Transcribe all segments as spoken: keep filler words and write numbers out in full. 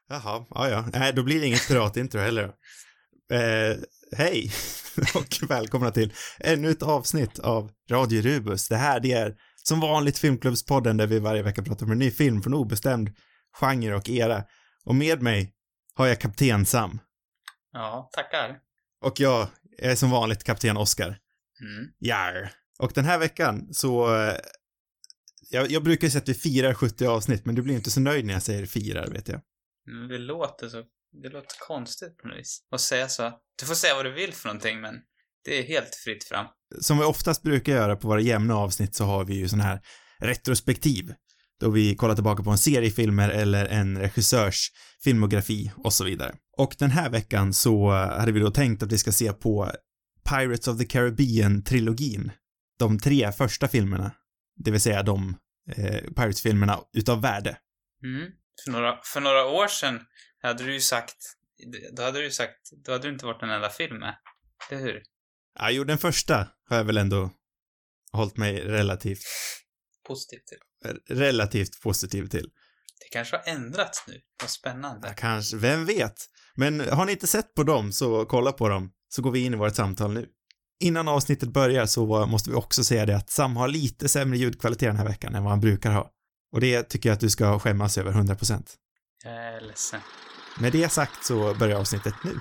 Jaha, ja, ja. Nej, då blir det inget piratintro heller. Eh, hej och välkomna till ännu ett avsnitt av Radio Rubus. Det här det är som vanligt Filmklubbspodden där vi varje vecka pratar om en ny film från obestämd genre och era. Och med mig har jag kapten Sam. Ja, tackar. Och jag är som vanligt kapten Oscar. Mm. Jar. Och den här veckan så... Jag, jag brukar säga att vi firar sjuttio avsnitt, men du blir inte så nöjd när jag säger firar, vet jag. Men det låter så... Det låter konstigt på något vis. Att säga så. Du får säga vad du vill för någonting, men det är helt fritt fram. Som vi oftast brukar göra på våra jämna avsnitt så har vi ju sån här retrospektiv. Då vi kollar tillbaka på en seriefilmer eller en regissörs filmografi och så vidare. Och den här veckan så hade vi då tänkt att vi ska se på Pirates of the Caribbean-trilogin. De tre första filmerna. Det vill säga de eh, Pirates-filmerna utav värde. Mm. För några, för några år sedan hade du ju sagt... Då hade du ju sagt... Då hade du inte varit en enda film med. Det är hur? Ja, jo, den första har jag väl ändå hållit mig relativt... Positiv till. Relativt positiv till. Det kanske har ändrats nu. Vad spännande. Ja, kanske. Vem vet? Men har ni inte sett på dem så kolla på dem. Så går vi in i vårt samtal nu. Innan avsnittet börjar så måste vi också säga det att Sam har lite sämre ljudkvalitet den här veckan än vad han brukar ha. Och det tycker jag att du ska skämmas över hundra procent. Jag är ledsen. Med det sagt så börjar avsnittet nu.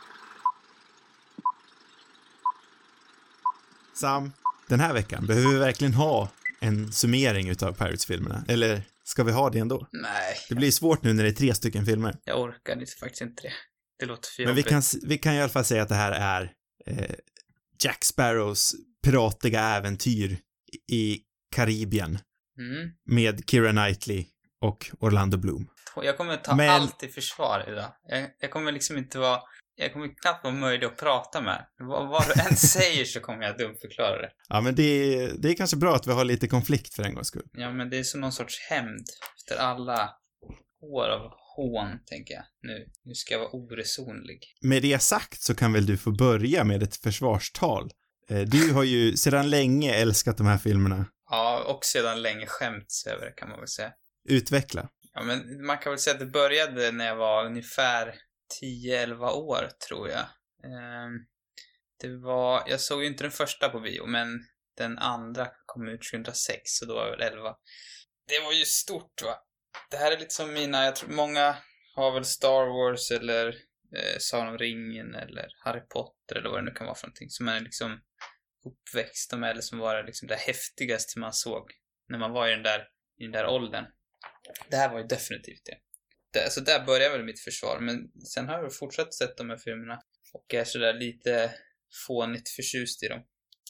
Sam, den här veckan behöver vi verkligen ha en summering utav Pirates-filmerna. Eller ska vi ha det ändå? Nej. Det blir svårt nu när det är tre stycken filmer. Jag orkar inte, faktiskt inte det. Det låter för Men vi jobbigt. kan, vi kan i alla fall säga att det här är eh, Jack Sparrows piratiga äventyr i Karibien. Mm. Med Keira Knightley och Orlando Bloom. Jag kommer ta Men... allt i försvar idag. Jag, jag kommer liksom inte vara... Jag kommer knappt vara möjlig att prata med. Vad, vad du än säger så kommer jag dumförklara det. Ja, men det, det är kanske bra att vi har lite konflikt för en gångs skull. Ja, men det är som någon sorts hämnd efter alla år av hån, tänker jag. Nu, nu ska jag vara oresonlig. Med det sagt så kan väl du få börja med ett försvarstal. Du har ju sedan länge älskat de här filmerna. Ja, och sedan länge skämts över det, kan man väl säga. Utveckla. Ja, men man kan väl säga att det började när jag var ungefär tio elva år, tror jag. Ehm, det var... Jag såg ju inte den första på bio, men den andra kom ut tjugohundrasex, så då var jag väl elva. Det var ju stort, va? Det här är lite som mina... Jag tror många har väl Star Wars eller eh, Sagan om ringen eller Harry Potter eller vad det nu kan vara för någonting. Som är liksom uppväxt med, eller som var det liksom det häftigaste man såg när man var i den där, i den där åldern. Det här var ju definitivt det. det så där började väl mitt försvar. Men sen har jag fortsatt sett de här filmerna. Och är sådär lite fånigt förtjust i dem.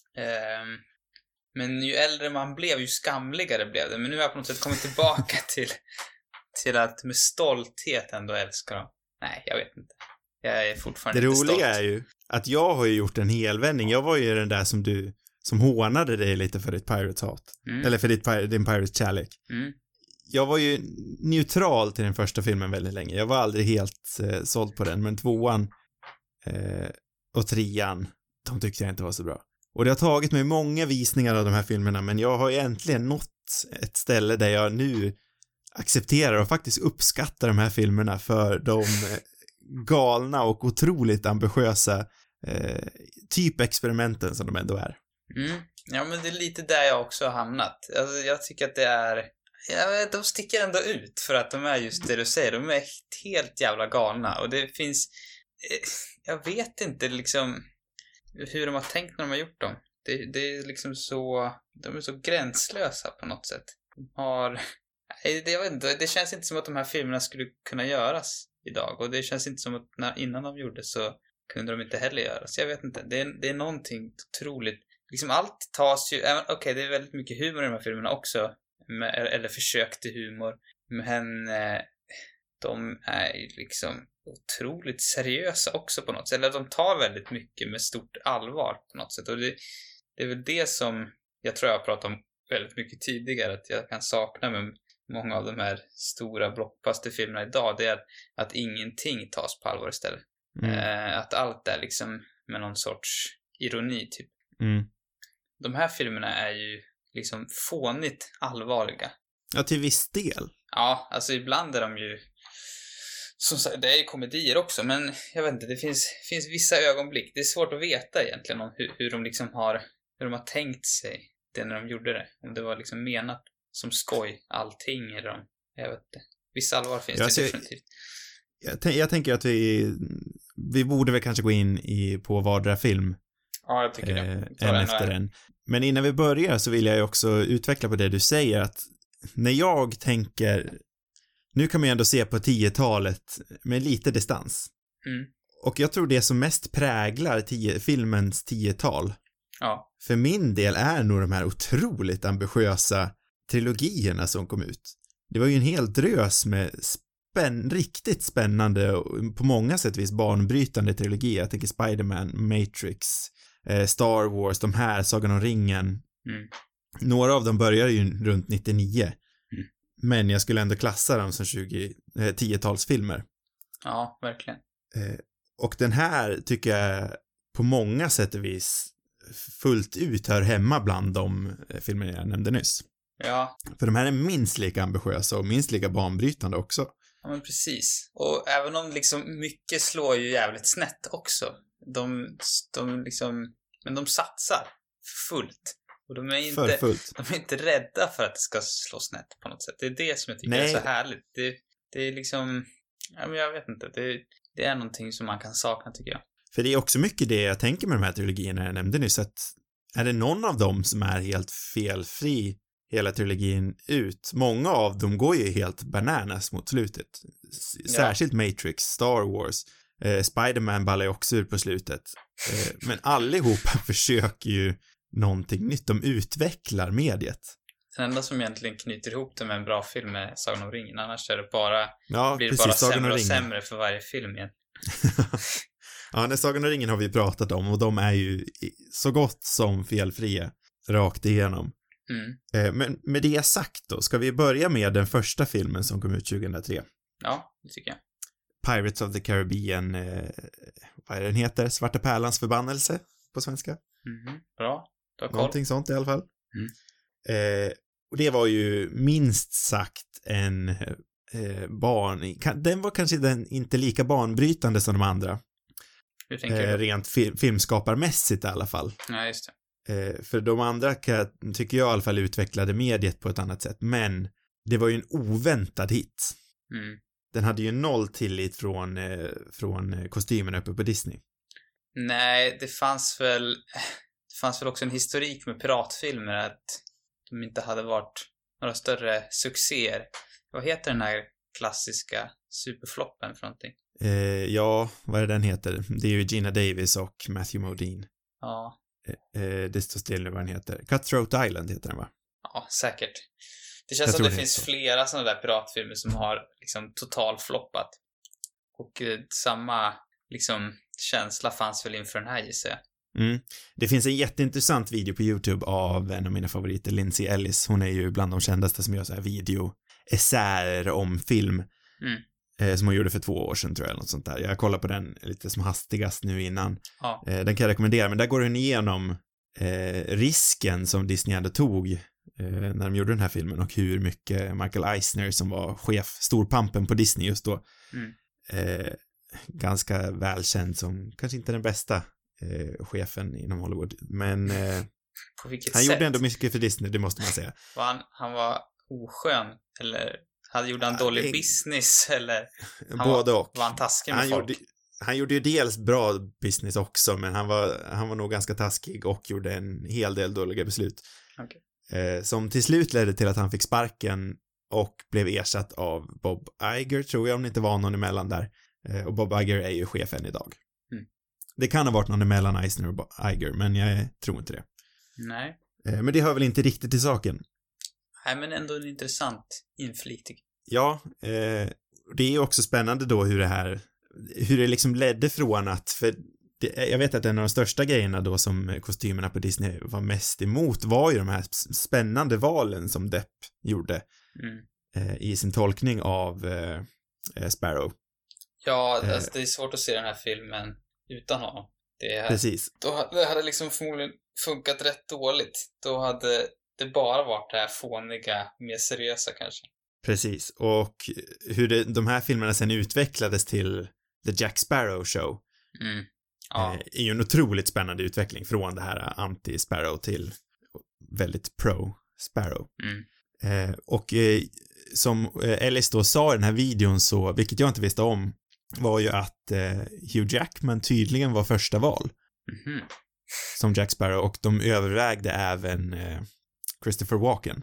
Um, men ju äldre man blev, ju skamligare blev det. Men nu har jag på något sätt kommit tillbaka till, till att med stolthet ändå älska dem. Nej, jag vet inte. Jag är fortfarande det inte stolt. Det roliga är ju att jag har ju gjort en helvändning. Jag var ju den där som du, som hånade dig lite för ditt Pirates-hat. Mm. Eller för ditt, din Pirates-kärlek. Mm. Jag var ju neutral till den första filmen väldigt länge. Jag var aldrig helt eh, såld på den. Men tvåan eh, och trean, de tyckte jag inte var så bra. Och det har tagit mig många visningar av de här filmerna. Men jag har äntligen nått ett ställe där jag nu accepterar och faktiskt uppskattar de här filmerna för de eh, galna och otroligt ambitiösa eh, typ experimenten som de ändå är. Mm. Ja, men det är lite där jag också har hamnat. Alltså, jag tycker att det är... Ja, de sticker ändå ut för att de är just det du säger. De är helt jävla galna. Och det finns... Jag vet inte liksom hur de har tänkt när de har gjort dem. Det, det är liksom så... De är så gränslösa på något sätt. De har... Jag vet inte, det känns inte som att de här filmerna skulle kunna göras idag. Och det känns inte som att när, innan de gjordes så kunde de inte heller göras. Jag vet inte, det är, det är någonting otroligt. Liksom allt tas ju... Okej, okay, det är väldigt mycket humor i de här filmerna också. Med, eller försök till humor. Men eh, de är ju liksom otroligt seriösa också på något sätt. Eller de tar väldigt mycket med stort allvar på något sätt. Och det, det är väl det som jag tror jag har pratat om väldigt mycket tidigare. Att jag kan sakna med många av de här stora blockbuster-filmerna idag. Det är att, att ingenting tas på allvar istället. Mm. Eh, att allt är liksom med någon sorts ironi typ. Mm. De här filmerna är ju liksom fånigt allvarliga. Ja, till viss del. Ja, alltså ibland är de ju som sagt, det är ju komedier också, men jag vet inte, det finns, finns vissa ögonblick. Det är svårt att veta egentligen om hur, hur de liksom har, hur de har tänkt sig det när de gjorde det. Om det var liksom menat som skoj, allting, eller om, jag vet inte. Vissa allvar finns jag det ser, definitivt. Jag, t- jag tänker att vi, vi borde väl kanske gå in i, på vardera film. Ja, jag tycker det. Eh, en efter en. Men innan vi börjar så vill jag ju också utveckla på det du säger, att när jag tänker, nu kan man ju ändå se på tiotalet med lite distans. Mm. Och jag tror det som mest präglar tio, filmens tiotal, ja. för min del, är nog de här otroligt ambitiösa trilogierna som kom ut. Det var ju en hel drös med spänn, riktigt spännande och på många sätt vis banbrytande trilogier. Jag tänker Spider-Man, Matrix, eh, Star Wars, de här, Sagan om ringen. Mm. Några av dem började ju runt nittionio. Mm. Men jag skulle ändå klassa dem som tjugo, eh, tiotalsfilmer. Ja, verkligen. Eh, och den här tycker jag på många sätt och vis fullt ut hör hemma bland de eh, filmer jag nämnde nyss. Ja. För de här är minst lika ambitiösa och minst lika banbrytande också. Ja, men precis. Och även om liksom mycket slår ju jävligt snett också. De, de liksom, men de satsar fullt. Och de är inte, För fullt. de är inte rädda för att det ska slå snett på något sätt. Det är det som jag tycker Nej. är så härligt. Det, det är liksom, ja, men jag vet inte. Det, det är någonting som man kan sakna, tycker jag. För det är också mycket det jag tänker med de här trilogierna jag nämnde nyss, att är det någon av dem som är helt felfri hela trilogin ut? Många av dem går ju helt bananas mot slutet. S- Särskilt ja. Matrix, Star Wars, eh, Spider-Man ballar ju också ur på slutet. Eh, men allihopa försöker ju någonting nytt. De utvecklar mediet. Det enda som egentligen knyter ihop det med en bra film är Sagan om ringen. Annars är det bara, ja, blir det precis, bara Sagan sämre och ringen. sämre för varje film igen. Ja, när Sagan om ringen har vi pratat om och de är ju så gott som felfria rakt igenom. Mm. Men med det sagt då, ska vi börja med den första filmen som kom ut tjugohundratre. Ja, det tycker jag. Pirates of the Caribbean, eh, vad är den heter? Svarta pärlans förbannelse på svenska. Mm. Bra, du har koll. Någonting sånt i alla fall. Mm. Eh, och det var ju minst sagt en eh, barn, den var kanske den, inte lika banbrytande som de andra. Hur tänker eh, du? Rent fi- filmskaparmässigt i alla fall. Ja, just det. Eh, för de andra kan, tycker jag i alla fall utvecklade mediet på ett annat sätt. Men det var ju en oväntad hit. Mm. Den hade ju noll tillit från, eh, från kostymen uppe på Disney. Nej, det fanns väl det fanns väl också en historik med piratfilmer att de inte hade varit några större succéer. Vad heter den här klassiska superfloppen för någonting? Eh, ja, vad är det den heter? Det är ju Gina Davis och Matthew Modine. Ja. Eh, det står still nu vad den heter. Cutthroat Island heter den, va? Ja, säkert. Det känns Jag som tror det det finns är så. flera sådana där piratfilmer som har liksom totalfloppat. Och eh, samma liksom känsla fanns väl inför den här, gissar jag. Mm. Det finns en jätteintressant video på YouTube av en av mina favoriter, Lindsay Ellis. Hon är ju bland de kändaste som gör så här video-essärer om film. Mm. Eh, som hon gjorde för två år sedan, tror jag, eller något sånt där. Jag kollar på den lite som hastigast nu innan. Ja. Eh, den kan jag rekommendera, men där går hon igenom eh, risken som Disney ändå tog eh, när de gjorde den här filmen och hur mycket Michael Eisner, som var chef, storpampen på Disney just då, Mm. eh, ganska välkänd som kanske inte den bästa eh, chefen inom Hollywood, men eh, På vilket han sätt? gjorde ändå mycket för Disney, det måste man säga. Var han, han var oskön? Eller hade, gjorde han Ja, dålig det- business? Eller han Både och. var han taskig med Han folk? gjorde, han gjorde ju dels bra business också, men han var, han var nog ganska taskig och gjorde en hel del dåliga beslut. Okay. Eh, som till slut ledde till att han fick sparken och blev ersatt av Bob Iger, tror jag, om det inte var någon emellan där. Eh, och Bob Iger är ju chefen idag. Mm. Det kan ha varit någon emellan Eisner och Bob Iger, men jag tror inte det. Nej. Eh, men det hör väl inte riktigt till saken. Nej, men ändå en intressant inflik, tycker Ja, eh, det är ju också spännande då hur det här, hur det liksom ledde från att, för det, jag vet att en av de största grejerna då som kostymerna på Disney var mest emot var ju de här spännande valen som Depp gjorde jag. Mm. eh, i sin tolkning av eh, Sparrow. Ja, Eh. alltså, det är svårt att se den här filmen utan honom. Det, här, Precis. då, det hade liksom förmodligen funkat rätt dåligt. Då hade det bara varit det här fåniga, mer seriösa kanske. Precis, och hur det, de här filmerna sen utvecklades till The Jack Sparrow Show Mm. Ja. eh, är ju en otroligt spännande utveckling från det här anti-Sparrow till väldigt pro-Sparrow. Mm. Eh, och eh, som eh, Ellis då sa i den här videon så, vilket jag inte visste om, var ju att eh, Hugh Jackman tydligen var första val Mhm. som Jack Sparrow, och de övervägde även eh, Christopher Walken.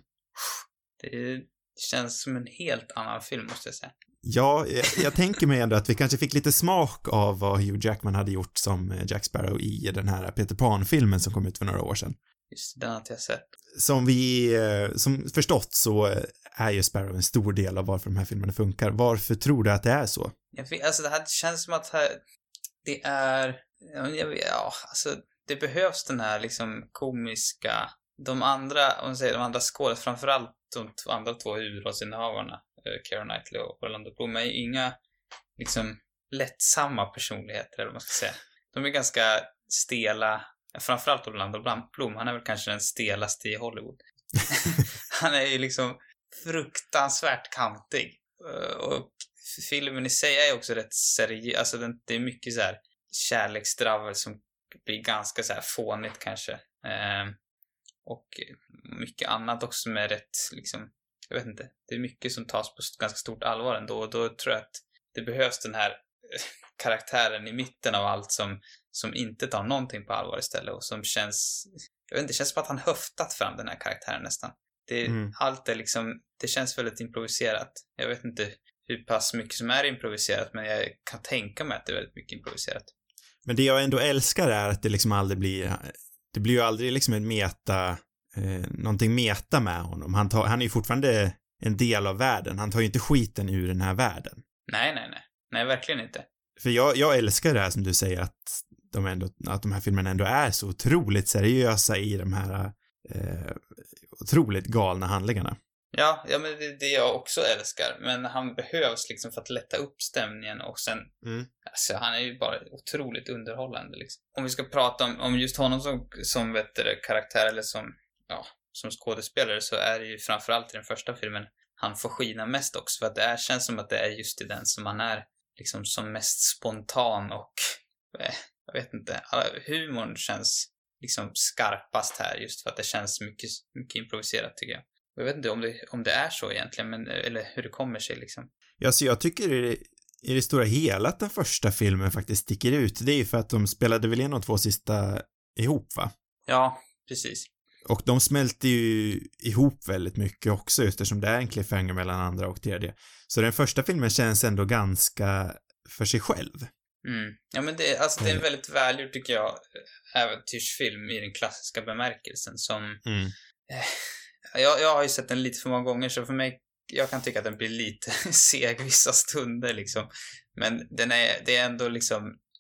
Det känns som en helt annan film, måste jag säga. Ja, jag, jag tänker mig ändå att vi kanske fick lite smak av vad Hugh Jackman hade gjort som eh, Jack Sparrow i den här Peter Pan-filmen som kom ut för några år sedan. Just den har inte jag sett. Som vi, eh, som förstått så eh, är ju Sparrow en stor del av varför de här filmerna funkar. Varför tror du att det är så? Jag vet, alltså det här känns som att här, det är, jag vet, ja, alltså det behövs den här liksom komiska, de andra, om man säger de andra skådespelarna, framförallt de t- andra två huvudrollsinnehavarna, eh, Keira Knightley och Orlando Bloom, är ju inga liksom lättsamma personligheter, eller vad man ska säga. De är ganska stela, framförallt Orlando Bloom, han är väl kanske den stelaste i Hollywood. Han är ju liksom fruktansvärt kantig. Uh, och filmen i sig är också rätt seriös, alltså den, det är mycket så här kärleksdravel som blir ganska så här fånigt kanske. Uh, och mycket annat också som är rätt liksom, jag vet inte, det är mycket som tas på ganska stort allvar ändå, och då tror jag att det behövs den här karaktären i mitten av allt som, som inte tar någonting på allvar istället, och som känns, jag vet inte, det känns som att han höftat fram den här karaktären nästan. Det, mm. Allt är liksom, det känns väldigt improviserat. Jag vet inte hur pass mycket som är improviserat, men jag kan tänka mig att det är väldigt mycket improviserat. Men det jag ändå älskar är att det liksom aldrig blir, det blir ju aldrig liksom en meta, eh, någonting meta med honom. Han, tar, han är ju fortfarande en del av världen. Han tar ju inte skiten ur den här världen. Nej, nej, nej. Nej, verkligen inte. För jag, jag älskar det här som du säger, att de, ändå, att de här filmerna ändå är så otroligt seriösa i de här eh, otroligt galna handlingarna. Ja, ja, men det är det jag också älskar. Men han behövs liksom för att lätta upp stämningen, och sen, mm. alltså han är ju bara otroligt underhållande liksom. Om vi ska prata om, om just honom som, som vet du, karaktär eller som, ja, som skådespelare, så är det ju framförallt i den första filmen han får skina mest också, för att det är, känns som att det är just i den som han är liksom som mest spontan, och eh, jag vet inte, humorn känns liksom skarpast här, just för att det känns mycket, mycket improviserat tycker jag. Jag vet inte om det, om det är så egentligen, men, eller hur det kommer sig liksom. Ja, så jag tycker i det, i det stora hela att den första filmen faktiskt sticker ut. Det är ju för att de spelade väl in de två sista ihop, va? Ja, precis. Och de smälter ju ihop väldigt mycket också, just eftersom det är en cliffhanger mellan andra och tredje. Så den första filmen känns ändå ganska för sig själv. Mm. Ja, men det, alltså, det är en väldigt välgjord, tycker jag, äventyrsfilm i den klassiska bemärkelsen som... Mm. Eh, jag, jag har ju sett den lite för många gånger, så för mig, jag kan tycka att den blir lite seg vissa stunder liksom. Men den är, det är ändå liksom,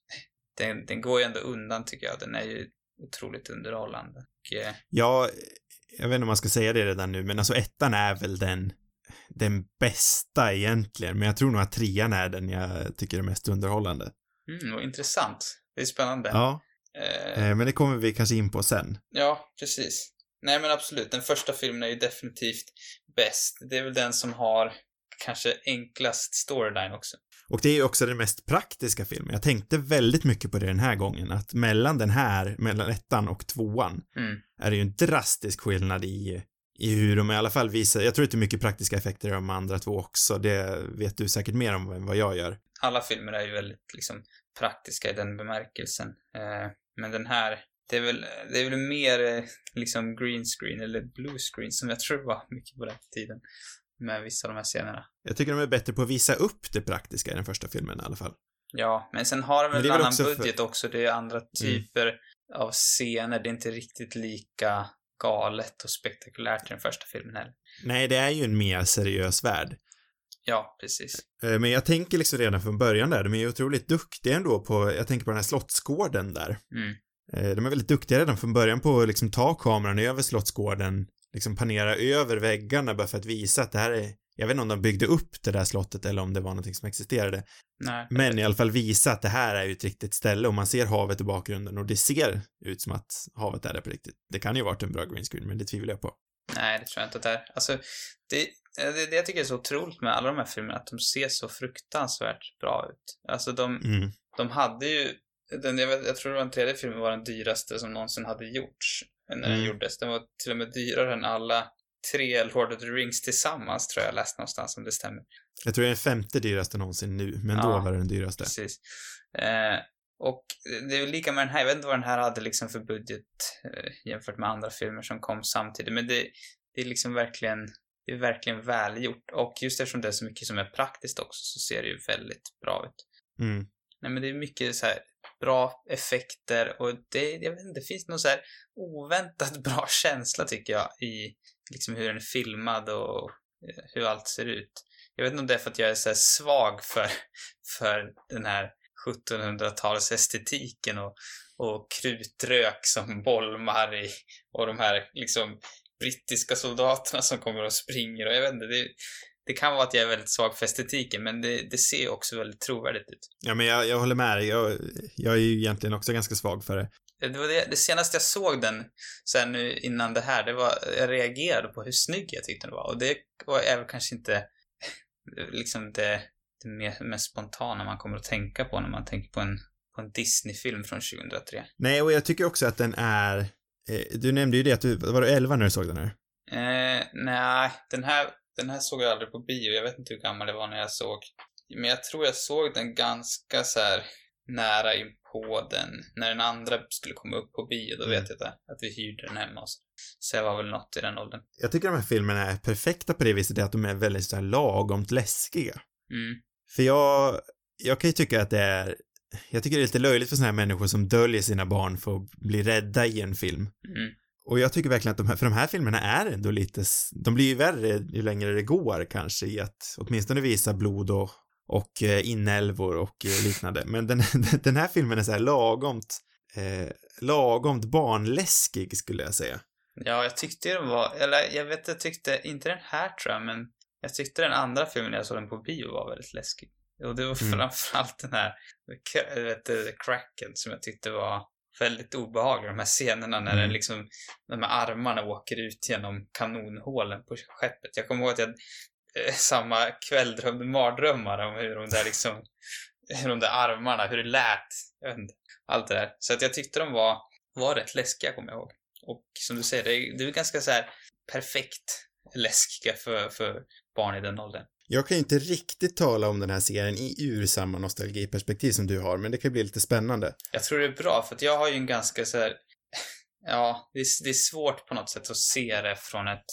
den, den går ju ändå undan tycker jag. Den är ju otroligt underhållande. Och, eh... Ja, jag vet inte om man ska säga det redan nu, men alltså ettan är väl den, den bästa egentligen. Men jag tror nog att trean är den jag tycker är mest underhållande. Mm, och intressant. Det är spännande. Ja, eh... men det kommer vi kanske in på sen. Ja, precis. Nej, men absolut. Den första filmen är ju definitivt bäst. Det är väl den som har kanske enklast storyline också. Och det är ju också den mest praktiska filmen. Jag tänkte väldigt mycket på det den här gången. Att mellan den här, mellan ettan och tvåan, mm. är det ju en drastisk skillnad i, i hur de i alla fall visar. Jag tror att det är mycket praktiska effekter i de andra två också. Det vet du säkert mer om än vad jag gör. Alla filmer är ju väldigt liksom praktiska i den bemärkelsen. Eh, men den här... Det är väl, det är väl mer liksom green screen eller blue screen som jag tror var mycket på den tiden med vissa av de här scenerna. Jag tycker de är bättre på att visa upp det praktiska i den första filmen i alla fall. Ja, men sen har de väl en annan också budget för... också. Det är andra typer mm. av scener. Det är inte riktigt lika galet och spektakulärt i den första filmen heller. Nej, det är ju en mer seriös värld. Ja, precis. Men jag tänker liksom redan från början där, de är ju otroligt duktiga ändå på, jag tänker på den här slottsgården där. Mm. De är väldigt duktiga redan från början på att liksom ta kameran över slottsgården, liksom panera över väggarna bara för att visa att det här är, jag vet inte om de byggde upp det där slottet eller om det var någonting som existerade. Nej. Men i alla fall visa att det här är ju ett riktigt ställe och man ser havet i bakgrunden och det ser ut som att havet är där på riktigt. Det kan ju ha varit en bra green screen, men det tvivlar jag på. Nej, det tror jag inte att det är. Alltså, det, det, det jag tycker är så otroligt med alla de här filmerna, att de ser så fruktansvärt bra ut. Alltså de, Mm. de hade ju, den, jag, vet, jag tror det var den tredje filmen var den dyraste som någonsin hade gjorts när den Mm. gjordes. Den var till och med dyrare än alla tre Lord of the Rings tillsammans, tror jag läst någonstans, om det stämmer. Jag tror det är den femte dyraste någonsin nu, men Ja, då var det den dyraste. Precis. Eh, och det är ju lika med den här, jag vet inte vad den här hade liksom för budget eh, jämfört med andra filmer som kom samtidigt, men det, det är liksom verkligen, det är verkligen välgjort. Och just eftersom det är så mycket som är praktiskt också, så ser det ju väldigt bra ut. Mm. Nej, men det är mycket så här bra effekter, och det, jag vet inte, det finns någon så här oväntat bra känsla, tycker jag, i liksom hur den är filmad och eh, hur allt ser ut. Jag vet inte om det är för att jag är så här svag för, för den här sjuttonhundratals estetiken och, och krutrök som bolmar i, och de här liksom brittiska soldaterna som kommer och springer, och jag vet inte, det, det kan vara att jag är väldigt svag för estetiken, men det, det ser också väldigt trovärdigt ut. Ja, men jag, jag håller med dig. Jag, jag är ju egentligen också ganska svag för det. Det var det, det senaste jag såg den sen nu innan det här, det var, jag reagerade på hur snygg jag tyckte den var, och det var även kanske inte liksom det, det mer, mest spontana man kommer att tänka på när man tänker på en, på en Disney-film från tjugohundratre. Nej, och jag tycker också att den är... Eh, du nämnde ju det att du... Var du elva när du såg den här? Eh, nej, den här, den här såg jag aldrig på bio. Jag vet inte hur gammal det var när jag såg. Men jag tror jag såg den ganska så här nära in på den. När den andra skulle komma upp på bio, då Mm. vet jag det, att vi hyrde den hemma. Så, så jag var väl något i den åldern. Jag tycker de här filmerna är perfekta på det viset att de är väldigt så här lagomt läskiga. Mm. För jag... Jag kan ju tycka att det är... Jag tycker det är lite löjligt för såna här människor som döljer sina barn för att bli rädda i en film. Mm. Och jag tycker verkligen att de här, för de här filmerna är ändå lite, s- de blir ju värre ju längre det går kanske i att åtminstone visa blod och, och eh, inälvor och eh, liknande. Men den, den här filmen är så här lagomt, eh, lagomt barnläskig skulle jag säga. Ja, jag tyckte den var, eller jag vet jag tyckte, inte den här tror jag, men jag tyckte den andra filmen när jag såg den på bio var väldigt läskig. Och det var Mm. framförallt den här, jag vet inte, Kraken, som jag tyckte var väldigt obehaglig. De här scenerna när Mm. den liksom, de här armarna åker ut genom kanonhålen på skeppet. Jag kommer ihåg att jag eh, samma kväll drömde mardrömmar om hur de där liksom, hur de där armarna, hur det lät, jag vet inte, allt det där. Så att jag tyckte de var, var rätt läskiga, kommer jag ihåg. Och som du säger, det är, det är ganska så här perfekt läskiga för, för barn i den åldern. Jag kan ju inte riktigt tala om den här serien i ur samma nostalgiperspektiv som du har, men det kan bli lite spännande. Jag tror det är bra, för att jag har ju en ganska så här, ja, det är, det är svårt på något sätt att se det från ett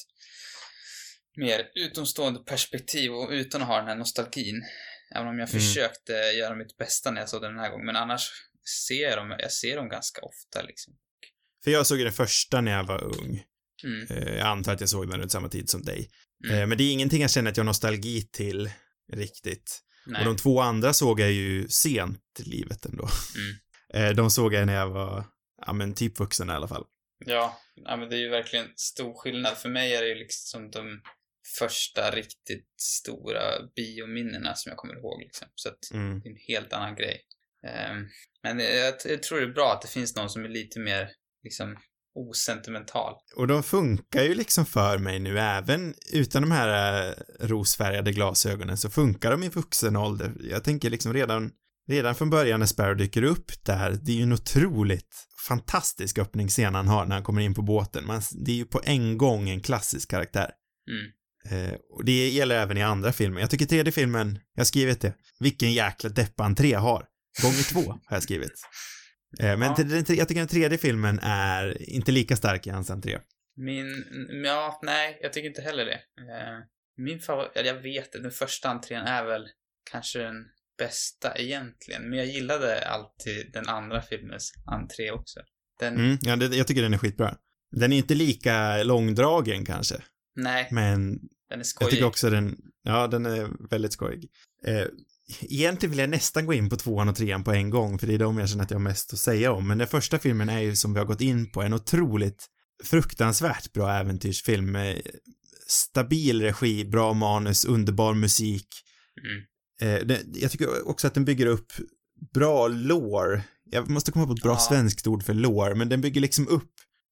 mer utomstående perspektiv och utan att ha den här nostalgin. Även om jag Mm. försökte göra mitt bästa när jag såg den här gången, men annars ser jag dem, jag ser dem ganska ofta liksom. För jag såg ju den första när jag var ung. Mm. Eh, Jag antar att jag såg den runt samma tid som dig. Mm. Eh, Men det är ingenting jag känner att jag har nostalgi till riktigt. Nej. Och de två andra såg jag ju sent i livet ändå. Mm. Eh, De såg jag när jag var, ja men typ vuxen i alla fall. Ja, ja, men det är ju verkligen stor skillnad. För mig är det ju liksom de första riktigt stora biominnena som jag kommer ihåg liksom. Så att Mm. det är en helt annan grej. Um, men jag, jag tror det är bra att det finns någon som är lite mer liksom osentimental. Och de funkar ju liksom för mig nu, även utan de här eh, rosfärgade glasögonen så funkar de i vuxen ålder. Jag tänker liksom redan, redan från början när Sparrow dyker upp där, det är ju en otroligt fantastisk öppningsscen han har när han kommer in på båten. Man, det är ju på en gång en klassisk karaktär. Mm. Eh, och det gäller även i andra filmer. Jag tycker tredje filmen, jag har skrivit det, vilken jäkla deppan tre har. Gånger två har jag skrivit. Eh, men Ja. till den, jag tycker den tredje filmen är inte lika stark i hans entré. Min, ja, nej, jag tycker inte heller det. Uh, min favorit, jag vet inte, den första entrén är väl kanske den bästa egentligen. Men jag gillade alltid den andra filmens entré också. Den, Mm, ja, det, jag tycker den är skitbra. Den är inte lika långdragen kanske, nej, men den är jag skojig. tycker också den, ja, den är väldigt skojig. Eh, egentligen vill jag nästan gå in på tvåan och trean på en gång, för det är de jag känner att jag har mest att säga om. Men den första filmen är ju, som vi har gått in på, en otroligt fruktansvärt bra äventyrsfilm med stabil regi, bra manus, underbar musik. Mm. Eh, det, jag tycker också att den bygger upp bra lore. Jag måste komma på ett bra Ja. svenskt ord för lore, men den bygger liksom upp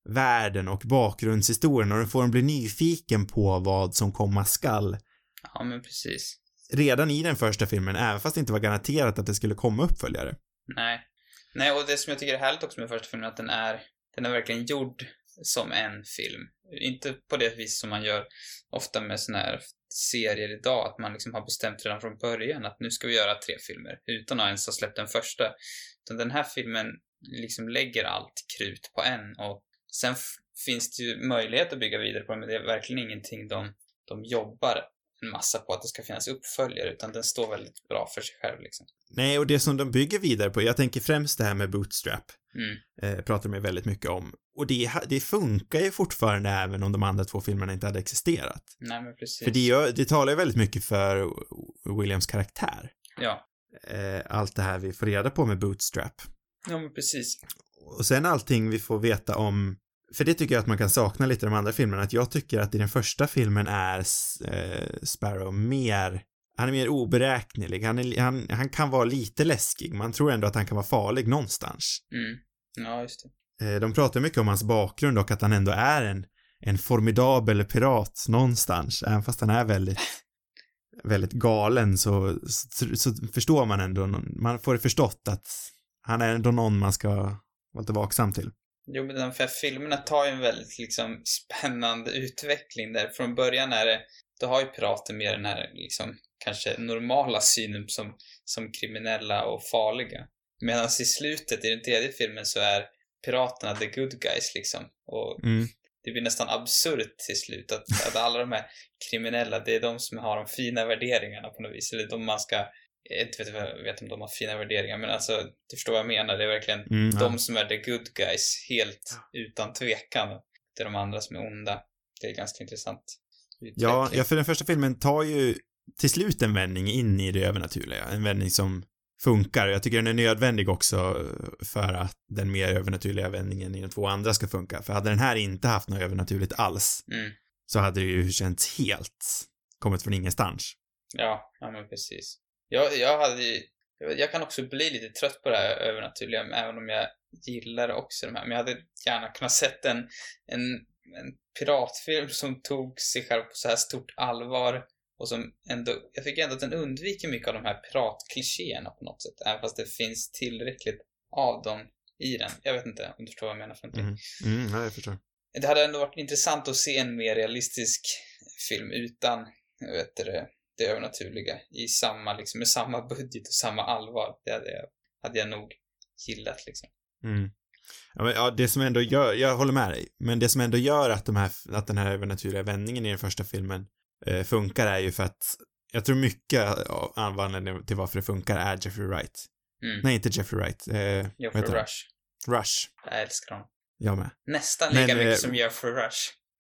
världen och bakgrundshistorien och den får en bli nyfiken på vad som komma skall. Ja, men precis. Redan i den första filmen, även fast det inte var garanterat att det skulle komma uppföljare. Nej. Nej, och det som jag tycker är härligt också med första filmen är att den är, den är verkligen gjord som en film. Inte på det vis som man gör ofta med såna här serier idag, att man liksom har bestämt redan från början att nu ska vi göra tre filmer utan att ens ha släppt den första. Utan den här filmen liksom lägger allt krut på en, och sen f- finns det ju möjlighet att bygga vidare på det, men det är verkligen ingenting de, de jobbar en massa på att det ska finnas uppföljare, utan den står väldigt bra för sig själv liksom. Nej, och det som de bygger vidare på, jag tänker främst det här med Bootstrap, Mm. eh, pratar de väldigt mycket om. Och det, det funkar ju fortfarande även om de andra två filmerna inte hade existerat. Nej, men precis. För det, gör, det talar ju väldigt mycket för Williams karaktär. Ja. Eh, allt det här vi får reda på med Bootstrap. Ja, men precis. Och sen allting vi får veta om, för det tycker jag att man kan sakna lite i de andra filmerna, att jag tycker att i den första filmen är eh, Sparrow mer, han är mer oberäknelig, han, är, han, han kan vara lite läskig, man tror ändå att han kan vara farlig någonstans. Mm. Ja, just det. Eh, de pratar mycket om hans bakgrund och att han ändå är en, en formidabel pirat någonstans, även fast han är väldigt väldigt galen så, så, så förstår man ändå, man får förstått att han är ändå någon man ska vara lite vaksam till. Jo, men de här filmerna tar ju en väldigt liksom spännande utveckling där. Från början är det, då har ju pirater mer den här liksom kanske normala synen som, som kriminella och farliga. Medan i slutet i den tredje filmen så är piraterna the good guys liksom. Och mm. det blir nästan absurt till slut att, att alla de här kriminella, det är de som har de fina värderingarna på något vis. Eller de man ska, jag vet inte jag vet om de har fina värderingar, men alltså, du förstår vad jag menar. Det är verkligen mm, ja. de som är the good guys, helt utan tvekan. Det är de andra som är onda. Det är ganska intressant utveckling. Ja, ja, för den första filmen tar ju till slut en vändning in i det övernaturliga. En vändning som funkar. Jag tycker den är nödvändig också för att den mer övernaturliga vändningen i de två andra ska funka. För hade den här inte haft något övernaturligt alls Mm. så hade det ju känts helt kommit från ingenstans. Ja, ja men precis. Jag, jag hade ju, jag kan också bli lite trött på det här övernaturliga, även om jag gillar också de här. Men jag hade gärna kunnat sett en, en, en piratfilm som tog sig själv på så här stort allvar. Och som ändå, jag tycker ändå att den undviker mycket av de här piratklichéerna på något sätt. Även fast det finns tillräckligt av dem i den. Jag vet inte om du förstår vad jag menar för någonting. Mm. Mm, ja, jag förstår. Det hade ändå varit intressant att se en mer realistisk film utan, jag vet det, det övernaturliga. I samma, liksom, med samma budget och samma allvar. Det hade jag, hade jag nog gillat liksom. Mm. Ja, men, ja, det som ändå gör, jag håller med dig, men det som ändå gör att, de här, att den här övernaturliga vändningen i den första filmen eh, funkar är ju för att jag tror mycket av anledningen till varför det funkar är Jeffrey Wright. Mm. Nej, inte Jeffrey Wright. Eh, Jeffrey Rush. Rush. Jag älskar honom. Jag med. Nästan lika men, mycket eh, som Jeffrey Rush.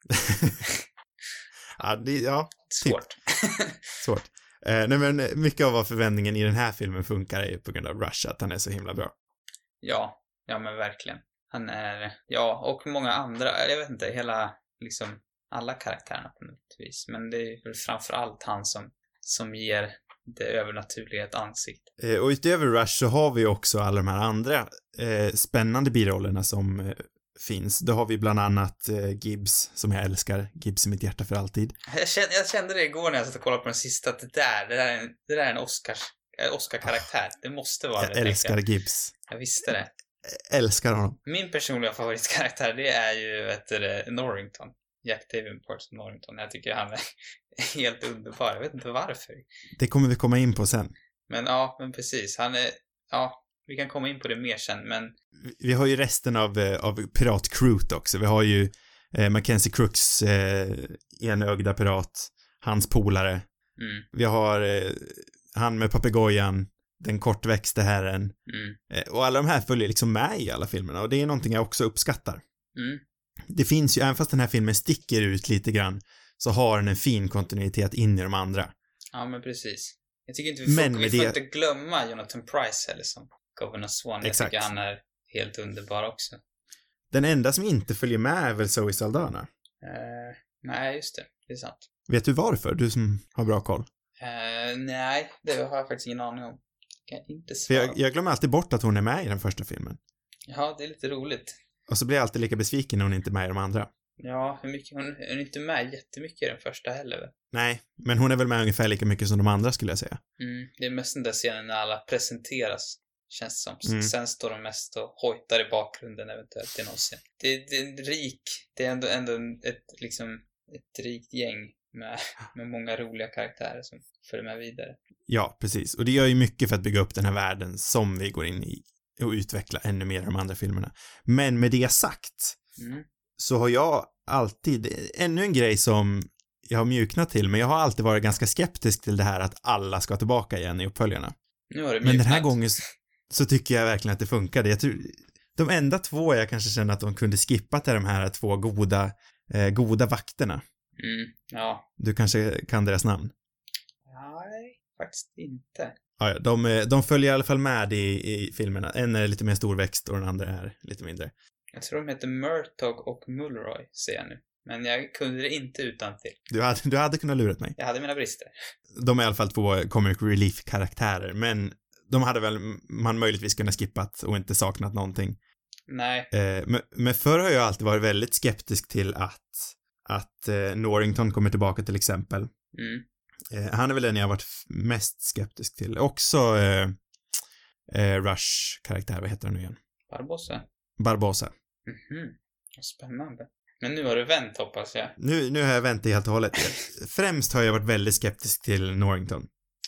ja, det, ja. Svårt. Svårt. Eh, nej, men mycket av varför vändningen i den här filmen funkar är ju på grund av Rush, att han är så himla bra. Ja, ja men verkligen. Han är, ja, och många andra, jag vet inte, hela, liksom, alla karaktärerna på något vis. Men det är väl framförallt han som, som ger det övernaturliga ett ansikte. Eh, och utöver Rush så har vi också alla de här andra eh, spännande birollerna som eh, finns. Då har vi bland annat eh, Gibbs, som jag älskar. Gibbs i mitt hjärta för alltid. Jag kände, jag kände det igår när jag satt och kollade på den sista, att det där, det där är en, det där är en Oscars, Oscar-karaktär. Det måste vara Jag det. älskar jag. Gibbs. Jag visste det. Jag älskar honom. Min personliga favoritkaraktär, det är ju, vet du, Norrington. Jack Davenport som Norrington. Jag tycker han är helt underbar. Jag vet inte varför. Det kommer vi komma in på sen. Men ja, men precis. Han är, ja, vi kan komma in på det mer sen, men... Vi har ju resten av, av piratcrewet också. Vi har ju eh, Mackenzie Crooks eh, enögda pirat, hans polare. Mm. Vi har eh, han med papegojan, den kortväxte herren. Mm. Eh, och alla de här följer liksom med i alla filmerna. Och det är någonting jag också uppskattar. Mm. Det finns ju, även fast den här filmen sticker ut lite grann, så har den en fin kontinuitet in i de andra. Ja, men precis. Jag tycker inte vi får, Men vi får det... inte glömma Jonathan Price heller som Governor Swan. Jag Exakt. tycker han är helt underbar också. Den enda som inte följer med är väl Zoe Saldana. Uh, nej, just det. Det är sant. Vet du varför? Du som har bra koll. Uh, nej, det har jag faktiskt ingen aning om. Jag kan inte För svara. jag, jag glömmer alltid bort att hon är med i den första filmen. Ja, det är lite roligt. Och så blir jag alltid lika besviken när hon inte är med i de andra. Ja, hur mycket, hon hon är inte med jättemycket i den första heller väl? Nej, men hon är väl med ungefär lika mycket som de andra skulle jag säga. Mm, det är mest den där scenen när alla presenteras, känns det som. Mm. Sen står de mest och hojtar i bakgrunden eventuellt i någon scen. Det, det är en rik, det är ändå, ändå ett, liksom, ett rikt gäng med, med många roliga karaktärer som följer med vidare. Ja, precis. Och det gör ju mycket för att bygga upp den här världen som vi går in i och utveckla ännu mer de andra filmerna. Men med det sagt Mm. så har jag alltid, ännu en grej som jag har mjuknat till, men jag har alltid varit ganska skeptisk till det här att alla ska tillbaka igen i uppföljarna. Nu har det Men den här mjuknat. gången så, så tycker jag verkligen att det funkade. Jag tror, de enda två jag kanske känner att de kunde skippa till de här två goda, eh, goda vakterna. Mm, ja. Du kanske kan deras namn? Nej, faktiskt inte. Ja, ja, de, eh, de följer i alla fall med i, i filmerna. En är lite mer storväxt och den andra är lite mindre. Jag tror de heter Murtog och Mulroy, ser jag nu. Men jag kunde det inte utan till. Du hade, du hade kunnat lurat mig. Jag hade mina brister. De är i alla fall två comic relief-karaktärer, men de hade väl man möjligtvis kunnat skippat och inte saknat någonting. Nej. Eh, men, men förr har jag alltid varit väldigt skeptisk till att att eh, Norrington kommer tillbaka till exempel. Mm. Eh, han är väl den jag har varit f- mest skeptisk till. Också eh, eh, Rush-karaktär, vad heter han nu igen? Barbossa. Barbossa. Mhm. Spännande. Men nu har du vänt, hoppas jag. Nu, nu har jag vänt helt och hållet. Främst har jag varit väldigt skeptisk till Norrington.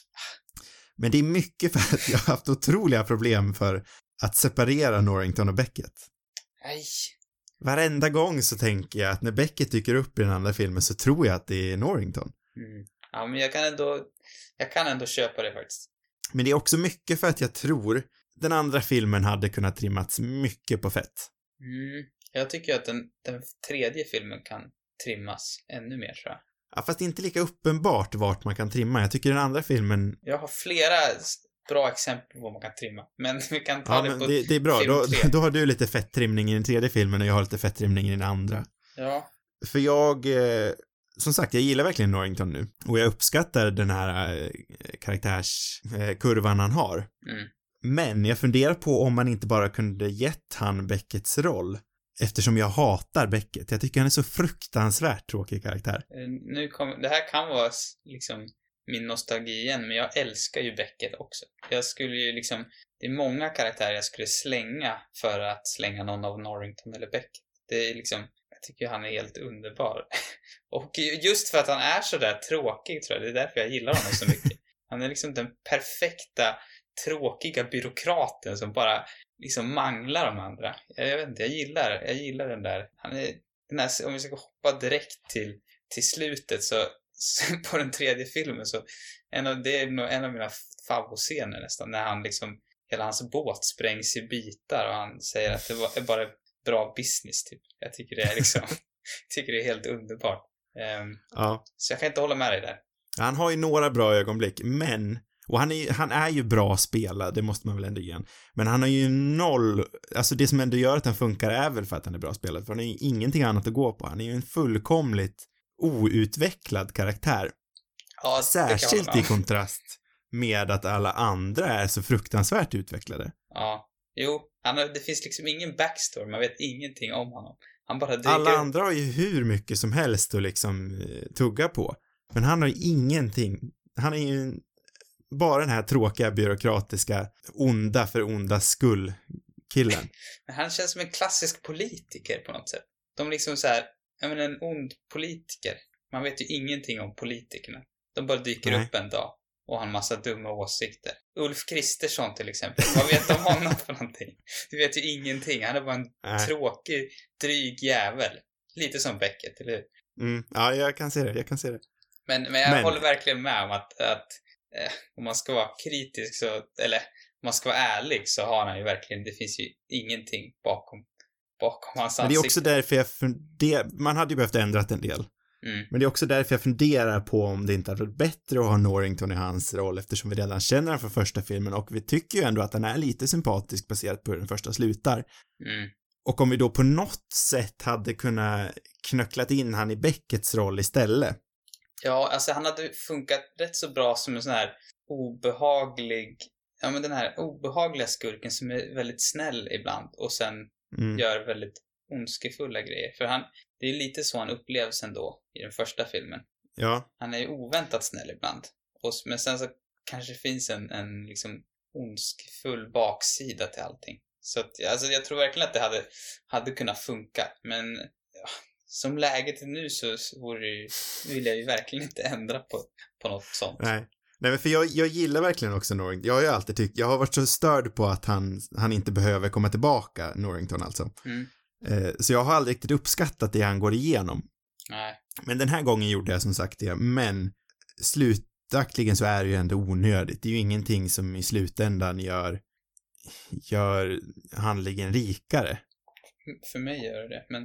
Men det är mycket för att jag har haft otroliga problem för att separera Norrington och Beckett. Nej. Varenda gång så tänker jag att när Beckett dyker upp i den andra filmen så tror jag att det är Norrington. Mm. Ja, men jag kan ändå jag kan ändå köpa det faktiskt. Men det är också mycket för att jag tror den andra filmen hade kunnat trimmats mycket på fett. Mm. Jag tycker att den, den tredje filmen kan trimmas ännu mer, tror jag. Ja, fast inte lika uppenbart vart man kan trimma. Jag tycker den andra filmen... Jag har flera bra exempel på vad man kan trimma. Men vi kan ta Ja, det men på det, det är bra. film Då, tre. då har du lite fettrimning i den tredje filmen och jag har lite fettrimning i den andra. Ja. För jag... Eh, som sagt, jag gillar verkligen Norrington nu. Och jag uppskattar den här eh, karaktärskurvan eh, han har. Mm. Men jag funderar på om man inte bara kunde gett han Becketts roll. Eftersom jag hatar Beckett. Jag tycker han är så fruktansvärt tråkig karaktär. Eh, Nu kom, det här kan vara s- liksom min nostalgi igen, men jag älskar ju Beckett också. Jag skulle ju liksom, det är många karaktärer jag skulle slänga för att slänga någon av Norrington eller Beckett. Det är liksom, jag tycker han är helt underbar. Och just för att han är så där tråkig, tror jag, det är därför jag gillar honom så mycket. Han är liksom den perfekta, tråkiga byråkraten som bara liksom manglar de andra. Jag, jag vet inte, jag gillar, jag gillar den där. Han är, den här, om vi ska hoppa direkt till, till slutet så, så på den tredje filmen så en av, det är nog en av mina favoritscener nästan, när han liksom, hela hans båt sprängs i bitar och han säger att det var, är bara bra business typ. Jag tycker det är liksom, tycker det är helt underbart. Um, Ja. så jag kan inte hålla med dig där. Han har ju några bra ögonblick, men... Och han är, han är ju bra spelare, det måste man väl ändå ge han. Men han har ju noll... Alltså det som ändå gör att han funkar är väl för att han är bra spelare. För han har ju ingenting annat att gå på. Han är ju en fullkomligt outvecklad karaktär. Ja, det kan jag Särskilt hålla i med. kontrast med att alla andra är så fruktansvärt utvecklade. Ja, jo, han har, det finns liksom ingen backstory, man vet ingenting om honom. Han bara dyker Alla upp. andra har ju hur mycket som helst att liksom eh, tugga på. Men han har ju ingenting. Han är ju en, bara den här tråkiga, byråkratiska, onda för onda skull killen. Men han känns som en klassisk politiker på något sätt. De liksom så här, jag menar en ond politiker. Man vet ju ingenting om politikerna. De bara dyker Nej. upp en dag och har en massa dumma åsikter. Ulf Kristersson till exempel. Vad vet de om honom för någonting? Du vet ju ingenting. Han är bara en Nej. tråkig, dryg jävel. Lite som Beckett, eller hur? Mm, ja, jag kan se det, jag kan se det. Men, men jag Men- håller verkligen med om att, att eh, om man ska vara kritisk så, eller om man ska vara ärlig så har han ju verkligen, det finns ju ingenting bakom, bakom hans Men det är ansikte. också därför jag funderar, man hade ju behövt ändrat en del. Mm. Men det är också därför jag funderar på om det inte hade varit bättre att ha Norrington i hans roll eftersom vi redan känner honom från första filmen och vi tycker ju ändå att han är lite sympatisk baserat på hur den första slutar. Mm. Och om vi då på något sätt hade kunnat knöcklat in han i Beckets roll istället. Ja, alltså han hade funkat rätt så bra som en sån här obehaglig, ja men den här obehagliga skurken som är väldigt snäll ibland och sen Mm. gör väldigt ondskefulla grejer. För han, det är lite så han upplevs ändå i den första filmen. Ja. Han är ju oväntat snäll ibland. Och, men sen så kanske finns en, en liksom ondskefull baksida till allting. Så att, alltså jag tror verkligen att det hade, hade kunnat funka. Men ja, som läget är nu så vore det, vill jag ju verkligen inte ändra på, på något sånt. Nej. Nej, men för jag, jag gillar verkligen också Norrington. Jag har ju alltid tyckt, jag har varit så störd på att han, han inte behöver komma tillbaka, Norrington alltså. Mm. Eh, så jag har aldrig riktigt uppskattat det han går igenom. Nej. Men den här gången gjorde jag som sagt det. Men slutaktligen så är det ju ändå onödigt. Det är ju ingenting som i slutändan gör, gör handlingen rikare. För mig gör det, men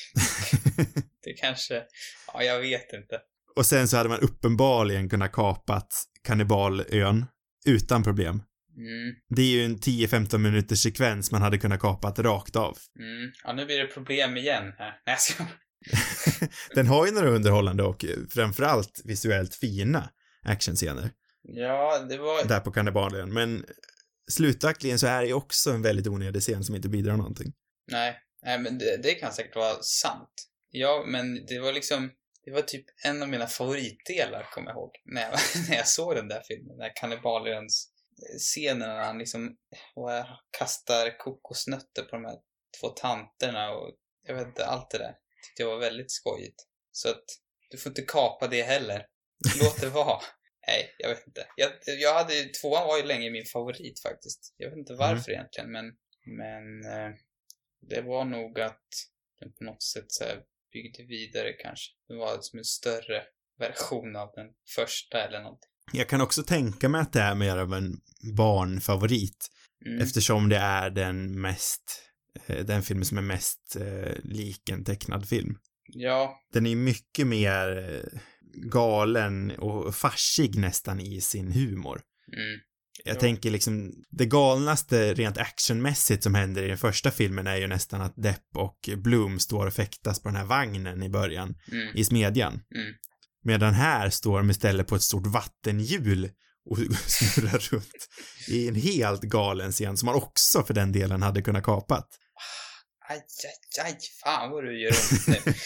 det kanske, ja jag vet inte. Och sen så hade man uppenbarligen kunnat kapat kannibalön utan problem. Mm. Det är ju en tio till femton minuters sekvens man hade kunnat kapat rakt av. Mm. Ja, nu blir det problem igen här. Nej, jag ska... Den har ju några underhållande och framförallt visuellt fina actionscener. Ja, det var... Där på kannibalen. Men slutaktligen så är det ju också en väldigt onödig scen som inte bidrar någonting. Nej, nej men det, det kan säkert vara sant. Ja, men det var liksom... Det var typ en av mina favoritdelar, kommer jag ihåg. När jag, när jag såg den där filmen. När kannibalens scenen när han liksom och kastar kokosnötter på de här två tanterna och jag vet inte, allt det där tyckte jag var väldigt skojigt. Så att du får inte kapa det heller. Låt det vara. Nej, jag vet inte. Jag, jag hade, tvåan var ju länge min favorit faktiskt. Jag vet inte varför mm. egentligen, men, men eh, det var nog att den på något sätt så här byggde vidare kanske. Det var som en större version av den första eller någonting. Jag kan också tänka mig att det är mer av en barnfavorit. Mm. Eftersom det är den mest, den filmen som är mest eh, lik en tecknad film. Ja. Den är mycket mer galen och farsig nästan i sin humor. Mm. Jag ja. tänker liksom, det galnaste rent actionmässigt som händer i den första filmen är ju nästan att Depp och Bloom står och fäktas på den här vagnen i början, mm. i smedjan. Mm. Medan här står de istället på ett stort vattenhjul och snurrar runt i en helt galen scen som man också för den delen hade kunnat kapat. Aj, aj, aj, fan vad du gör runt nu.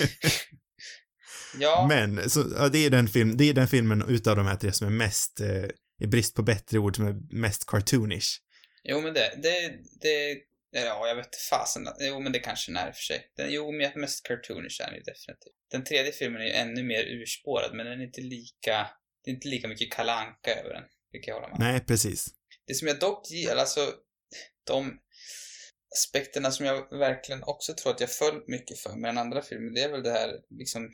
Ja. Men, så, ja, det är den film, det är den filmen utav de här tre som är mest, eh, i brist på bättre ord, som är mest cartoonish. Jo, men det, det, det, ja, jag vet inte fasen. Jo, men det kanske är för sig. Den, jo, men mest cartoonish är den ju definitivt. Den tredje filmen är ju ännu mer urspårad, men den är inte lika, det är inte lika mycket Kalle Anka över den, vilket jag hålla med. Nej, precis. Det som jag dock gillar, alltså, de aspekterna som jag verkligen också tror att jag följt mycket för med den andra filmen, det är väl det här liksom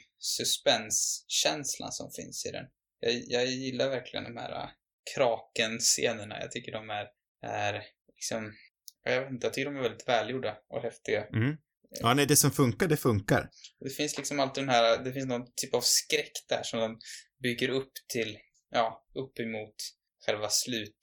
suspenskänslan som finns i den. Jag, jag gillar verkligen de här uh, kraken-scenerna. Jag tycker de är, är liksom, jag vet inte, jag tycker de är väldigt välgjorda och häftiga. Mm. Ja, nej, det som funkar, det funkar. Det finns liksom alltid den här, det finns någon typ av skräck där som de bygger upp till, ja, upp emot själva slut,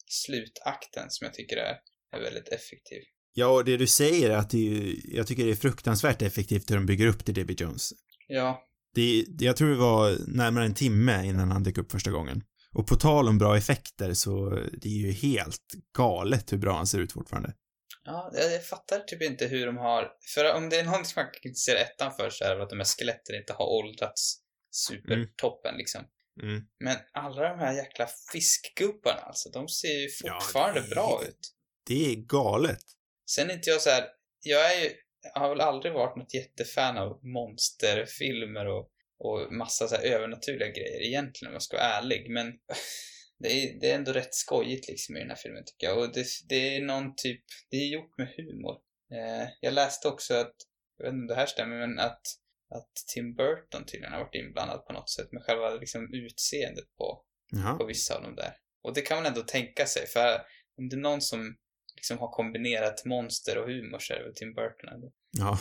slutakten som jag tycker är, är väldigt effektiv. Ja, och det du säger är att det är ju, jag tycker det är fruktansvärt effektivt hur de bygger upp till Davy Jones. Ja. Det, jag tror det var närmare en timme innan han dök upp första gången. Och på tal om bra effekter så det är ju helt galet hur bra han ser ut fortfarande. Ja, jag fattar typ inte hur de har, för om det är någonting som man kan kritisera ettan för så är det att de här skeletten inte har åldrats supertoppen mm. liksom. Mm. Men alla de här jäkla fiskgubbarna alltså, de ser ju fortfarande ja, det, bra ut. Det är galet. Sen är inte jag så här, jag är ju, jag har väl aldrig varit något jättefan av monsterfilmer och, och massa så här övernaturliga grejer egentligen om jag ska vara ärlig, men det är, det är ändå rätt skojigt liksom i den här filmen tycker jag, och det, det är någon typ, det är gjort med humor. Eh, jag läste också att, jag vet inte om det här stämmer, men att, att Tim Burton tydligen har varit inblandad på något sätt med själva liksom utseendet på, på vissa av dem där. Och det kan man ändå tänka sig, för om det är någon som liksom har kombinerat monster och humor så är det väl Tim Burton ändå. Ja.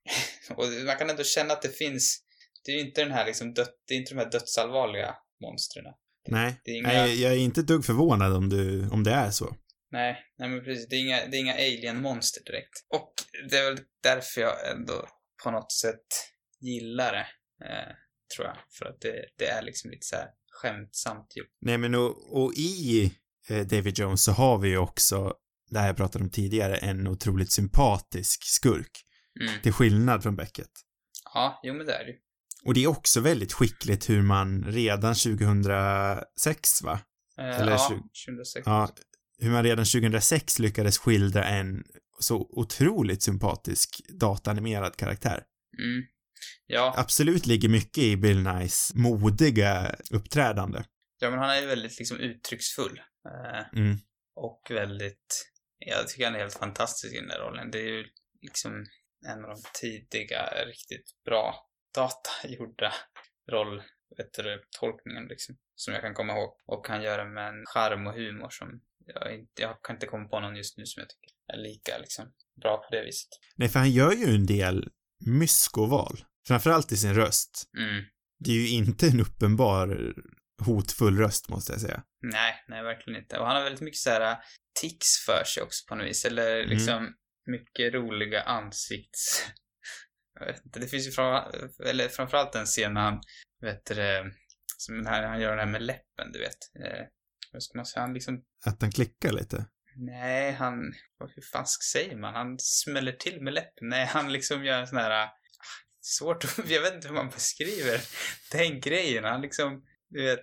Och man kan ändå känna att det finns, det är ju inte den här liksom dött, det är inte de här dödsallvarliga monstren. Nej, det är inga... nej, jag är inte dugg förvånad om, du, om det är så. Nej, nej men precis, det är inga, det är inga alien-monster direkt. Och det är väl därför jag ändå på något sätt gillar det, eh, tror jag. För att det, det är liksom lite så här skämtsamt ju. Nej men och, och i eh, David Jones så har vi ju också, det här jag pratade om tidigare, en otroligt sympatisk skurk. Mm. Till skillnad från Beckett. Ja, jo men det är det ju. Och det är också väldigt skickligt hur man redan tjugohundrasex, va? Eh, Eller ja, tjugo tjugohundrasex. Ja, hur man redan tjugohundrasex lyckades skildra en så otroligt sympatisk dataanimerad karaktär. Mm. Ja. Absolut ligger mycket i Bill Nyes modiga uppträdande. Ja, men han är ju väldigt liksom uttrycksfull. Eh, Mm. och väldigt, jag tycker han är helt fantastisk i den där rollen. Det är ju liksom en av de tidiga, riktigt bra datagjorda roll, vet du, tolkningen liksom, som jag kan komma ihåg. Och han gör det med en charm och humor som jag inte, jag kan inte komma på någon just nu som jag tycker är lika liksom bra på det viset. Nej, för han gör ju en del myskoval. Framförallt i sin röst. Mm. Det är ju inte en uppenbar hotfull röst, måste jag säga. Nej, nej verkligen inte. Och han har väldigt mycket så här tics för sig också på något vis. Eller liksom mm. mycket roliga ansikts... Jag vet inte, det finns ju från, eller framförallt en scen när han, vet du, som den här, han gör det här med läppen, du vet. Eh, hur ska man säga? Han liksom... Att han klickar lite? Nej, han... Hur fan säger man? Han smäller till med läppen. Nej, han liksom gör en sån här... Svårt att... Jag vet inte hur man beskriver den grejen. Han liksom, du vet...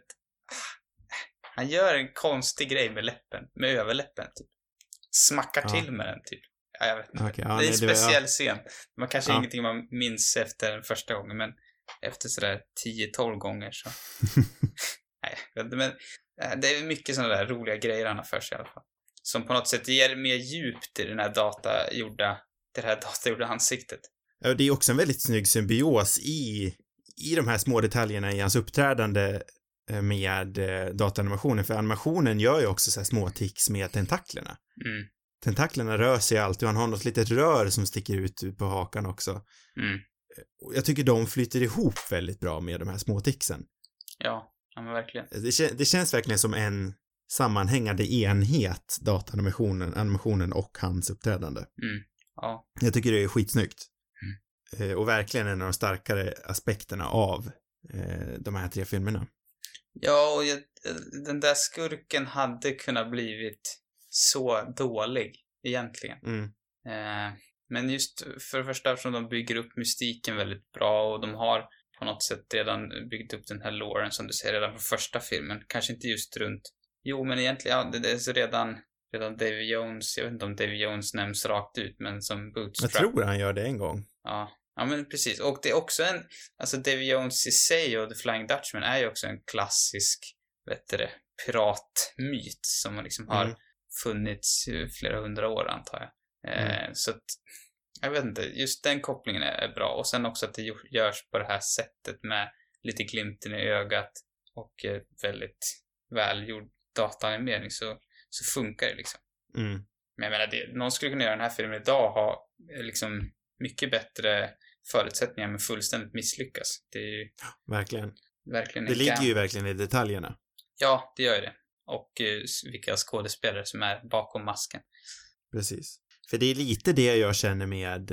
Han gör en konstig grej med läppen. Med överläppen, typ. Smackar ja. till med den, typ. Ja, jag vet inte. Okay, ja, det är en nej, speciell ja. scen. Man kanske ja. ingenting man minns efter den första gången, men efter sådär tio tolv gånger så... Nej, men det är mycket sådana där roliga grejer han har för sig i alla fall. Som på något sätt ger mer djup till den här datagjorda, det här datagjorda ansiktet. Ja, det är också en väldigt snygg symbios i, i de här små detaljerna i hans uppträdande med dataanimationen. För animationen gör ju också så här små tics med tentaklerna. Mm. Tentaklerna rör sig alltid och han har något litet rör som sticker ut på hakan också. Mm. Jag tycker de flyter ihop väldigt bra med de här små ticsen. Ja, ja men verkligen. Det, det känns verkligen som en sammanhängande enhet, dataanimationen animationen och hans uppträdande. Mm. Ja. Jag tycker det är skitsnyggt. Mm. Och verkligen en av de starkare aspekterna av eh, de här tre filmerna. Ja, och jag, den där skurken hade kunnat blivit så dålig egentligen. Mm. Eh, men just för det första eftersom de bygger upp mystiken väldigt bra och de har på något sätt redan byggt upp den här loren som du säger redan från första filmen. Kanske inte just runt... Jo, men egentligen, ja, det, det är så redan, redan Davy Jones, jag vet inte om Davy Jones nämns rakt ut, men som Bootstrap. Jag tror han gör det en gång. Ja, ja men precis. Och det är också en, alltså Davy Jones i sig och The Flying Dutchman är ju också en klassisk, vet du det, piratmyt som liksom har mm. funnits i flera hundra år antar jag. Mm. Eh, så att, jag vet inte, just den kopplingen är, är bra. Och sen också att det görs på det här sättet med lite glimten i ögat och eh, väldigt välgjord dataanimering så, så funkar det liksom. Mm. Men jag menar, det, någon skulle kunna göra den här filmen idag och ha liksom mycket bättre förutsättningar men fullständigt misslyckas. Det är ju... Verkligen. Verkligen det ligger ju verkligen i detaljerna. Ja, det gör det. Och eh, vilka skådespelare som är bakom masken. Precis. För det är lite det jag känner med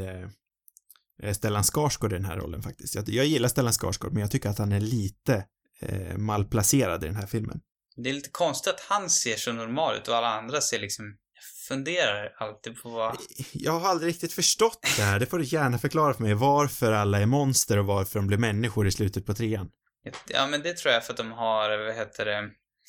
eh, Stellan Skarsgård i den här rollen faktiskt. Jag, jag gillar Stellan Skarsgård men jag tycker att han är lite eh, malplacerad i den här filmen. Det är lite konstigt att han ser så normal ut och alla andra ser liksom... Jag funderar alltid på vad... Jag har aldrig riktigt förstått det här. Det får du gärna förklara för mig. Varför alla är monster och varför de blir människor i slutet på trean. Ja, men det tror jag för att de har, vad heter det...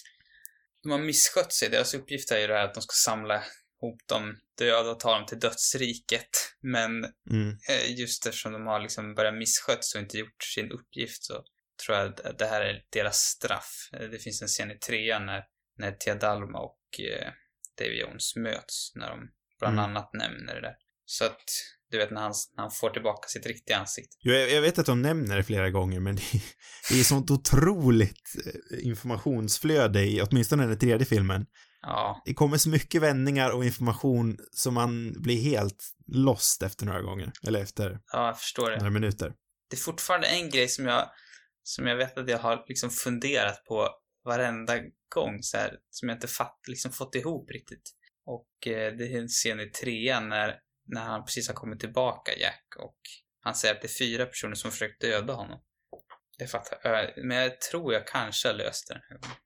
De har misskött sig. Deras uppgift är ju det här att de ska samla ihop de döda och ta dem till dödsriket. Men mm. just eftersom de har liksom börjat missköts och inte gjort sin uppgift så tror jag att det här är deras straff. Det finns en scen i trean när, när Tia Dalma och eh, Davy Jones möts när de bland mm. annat nämner det där. Så att, du vet när han, när han får tillbaka sitt riktiga ansikte. Jo, jag, jag vet att de nämner det flera gånger men det, det är sånt otroligt informationsflöde i åtminstone den tredje filmen. Ja. Det kommer så mycket vändningar och information som man blir helt lost efter några gånger. Eller efter ja, jag förstår det. några minuter. Det är fortfarande en grej som jag som jag vet att jag har liksom funderat på varenda gång så här, som jag inte fatt, liksom fått ihop riktigt. Och eh, det är en scen i trean när, när han precis har kommit tillbaka, Jack, och han säger att det är fyra personer som försökt döda honom. Det fattar jag. Men jag tror jag kanske har löst det den här gången.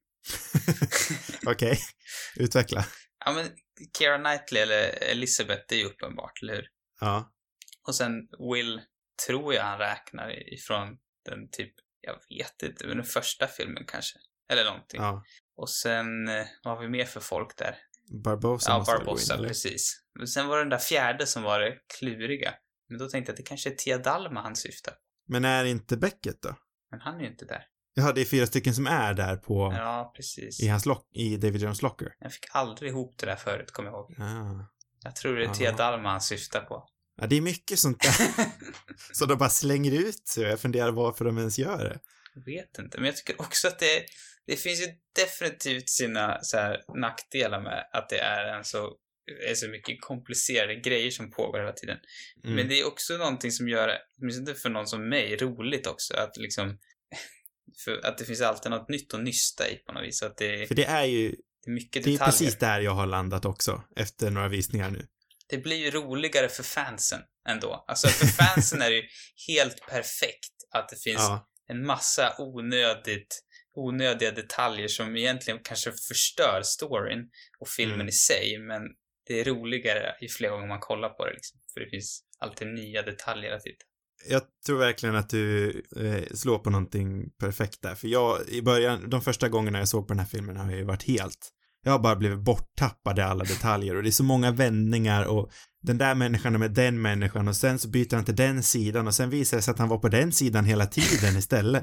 Okej, okay. Utveckla. Ja, men Keira Knightley eller Elizabeth, det är ju uppenbart, eller hur? Ja. Och sen Will tror jag han räknar ifrån den typ, jag vet inte, men den första filmen kanske. Eller någonting. Ja. Och sen, eh, vad har vi mer för folk där? Barbossa Ja, måste väl Barbossa, gå in, eller? precis. Men sen var det den där fjärde som var det kluriga. Men då tänkte jag att det kanske är Tia Dalma han syftar. Men är inte Beckett då? Men han är ju inte där. Ja, det är fyra stycken som är där på... Ja, precis. I hans lock... I David Jones locker. Jag fick aldrig ihop det där förut, kommer jag ihåg. Ah. Jag tror det är Ja. Tia Dalma han syftar på. Ja, det är mycket sånt där. Så de bara slänger ut sig och jag funderar varför de ens gör det. Jag vet inte, men jag tycker också att det, det finns ju definitivt sina så här nackdelar med att det är en så, är så mycket komplicerade grejer som pågår hela tiden. Mm. Men det är också någonting som gör det, åtminstone för någon som mig, roligt också. Att liksom, för att det finns alltid något nytt att nysta i på något vis. Att det, För det är ju... det är mycket Det är detaljer. precis där jag har landat också. Efter några visningar nu. Det blir ju roligare för fansen ändå. Alltså för fansen är det ju helt perfekt att det finns Ja. en massa onödigt, onödiga detaljer som egentligen kanske förstör storyn och filmen Mm. i sig, men det är roligare i flera gånger man kollar på det liksom. För det finns alltid nya detaljer att titta. Jag tror verkligen att du eh, slår på någonting perfekt där. För jag, i början, de första gångerna jag såg på den här filmen har jag ju varit helt... Jag har bara blivit borttappad i alla detaljer och det är så många vändningar och den där människan är med den människan och sen så byter han till den sidan och sen visar det sig att han var på den sidan hela tiden istället.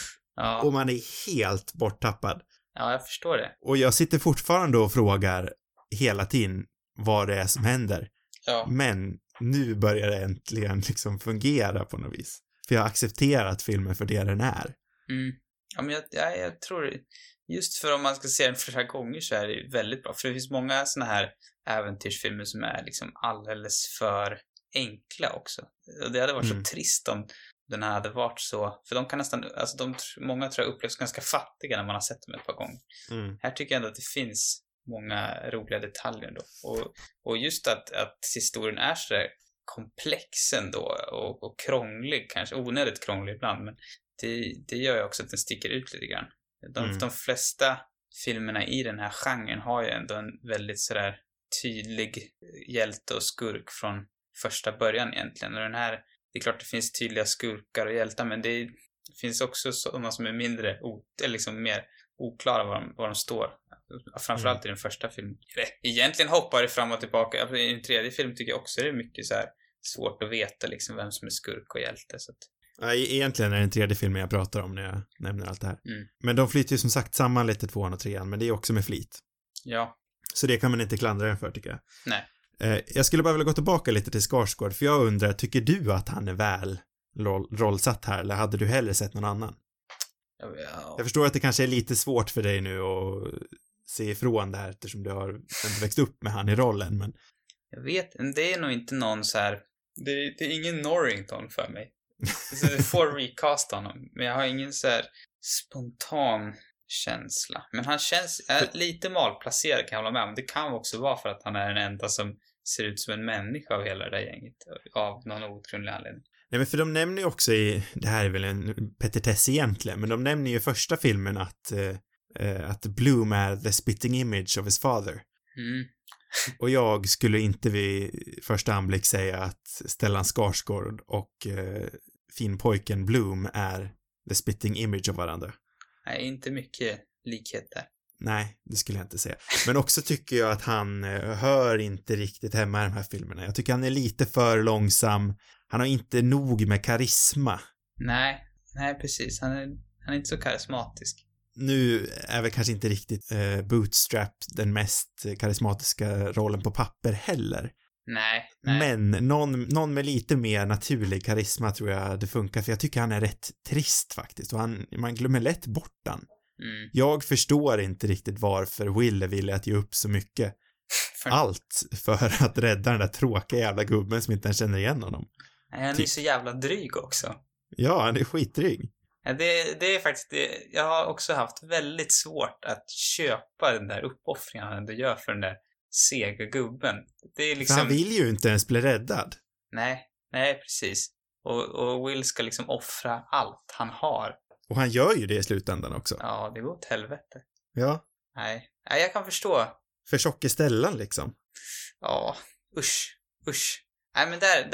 Ja, Och man är helt borttappad. ja, jag förstår det. Och jag sitter fortfarande och frågar hela tiden vad det är som händer. Ja, Men nu börjar det äntligen liksom fungera på något vis. För jag har accepterat filmen för det den är. mm. Ja, men jag, jag, jag tror just för om man ska se den flera gånger så är det väldigt bra. För det finns många såna här äventyrsfilmer som är liksom alldeles för enkla också. Och det hade varit Mm. så trist om den här hade varit så, för de kan nästan, alltså de, många tror jag upplevs ganska fattiga när man har sett dem ett par gånger. Mm. Här tycker jag ändå att det finns många roliga detaljer ändå. Och, och just att, att historien är så där komplex ändå och, och krånglig, kanske onödigt krånglig ibland, men det, det gör ju också att den sticker ut lite grann. De, Mm. de flesta filmerna i den här genren har ju ändå en väldigt sådär tydlig hjälte och skurk från första början egentligen. Och den här, det är klart det finns tydliga skurkar och hjältar, men det, det finns också sådana som är mindre, o, eller liksom mer oklara var de, var de står. Framförallt mm. i den första filmen. Egentligen hoppar det fram och tillbaka. I den tredje filmen tycker jag också det är mycket så här svårt att veta liksom vem som är skurk och hjälte. Så att... Ja, egentligen är det den tredje filmen jag pratar om när jag nämner allt det här. Mm. Men de flyter ju som sagt samman lite tvåan och trean, men det är också med flit. Ja. Så det kan man inte klandra den för, tycker jag. Nej. Eh, jag skulle bara vilja gå tillbaka lite till Skarsgård, för jag undrar, tycker du att han är väl roll- rollsatt här, eller hade du hellre sett någon annan? Ja, ja. Jag förstår att det kanske är lite svårt för dig nu att se ifrån det här, eftersom du har inte växt upp med han i rollen, men... Jag vet, det är nog inte någon så här... Det, det är ingen Norrington för mig. Så det får recast honom, men jag har ingen så här spontan känsla. Men han känns är lite malplacerad, kan jag hålla med om. Det kan också vara för att han är den enda som ser ut som en människa av hela det här gänget, av någon outgrundlig anledning. Nej, men för de nämner ju också i, det här är väl en petitess egentligen, men de nämner ju i första filmen att, eh, att Bloom är the spitting image of his father. Mm. Och jag skulle inte vid första anblick säga att Stellan Skarsgård och eh, finpojken Bloom är the spitting image av varandra. Nej, inte mycket likhet där. Nej, det skulle jag inte säga. Men också tycker jag att han eh, hör inte riktigt hemma i de här filmerna. Jag tycker han är lite för långsam. Han har inte nog med karisma. Nej, nej precis. Han är, han är inte så karismatisk. Nu är väl kanske inte riktigt eh, Bootstrap den mest karismatiska rollen på papper heller. Nej, nej. Men någon, någon med lite mer naturlig karisma tror jag det funkar, för jag tycker han är rätt trist faktiskt, och han, man glömmer lätt bort han. Mm. Jag förstår inte riktigt varför Will ville att ge upp så mycket. För... Allt för att rädda den där tråkiga jävla gubben som inte ens känner igen honom. Nej, han är typ. så jävla dryg också. Ja, han är skitdryg. Ja, det, det är faktiskt det. Jag har också haft väldigt svårt att köpa den där uppoffringen han ändå gör för den där sega gubben. Det är liksom... För han vill ju inte ens bli räddad. Nej, nej precis. Och, och Will ska liksom offra allt han har. Och han gör ju det i slutändan också. Ja, det går åt helvete. Ja. Nej, nej jag kan förstå. För tjocke Stellan liksom. Ja, usch, usch. Nej men där, där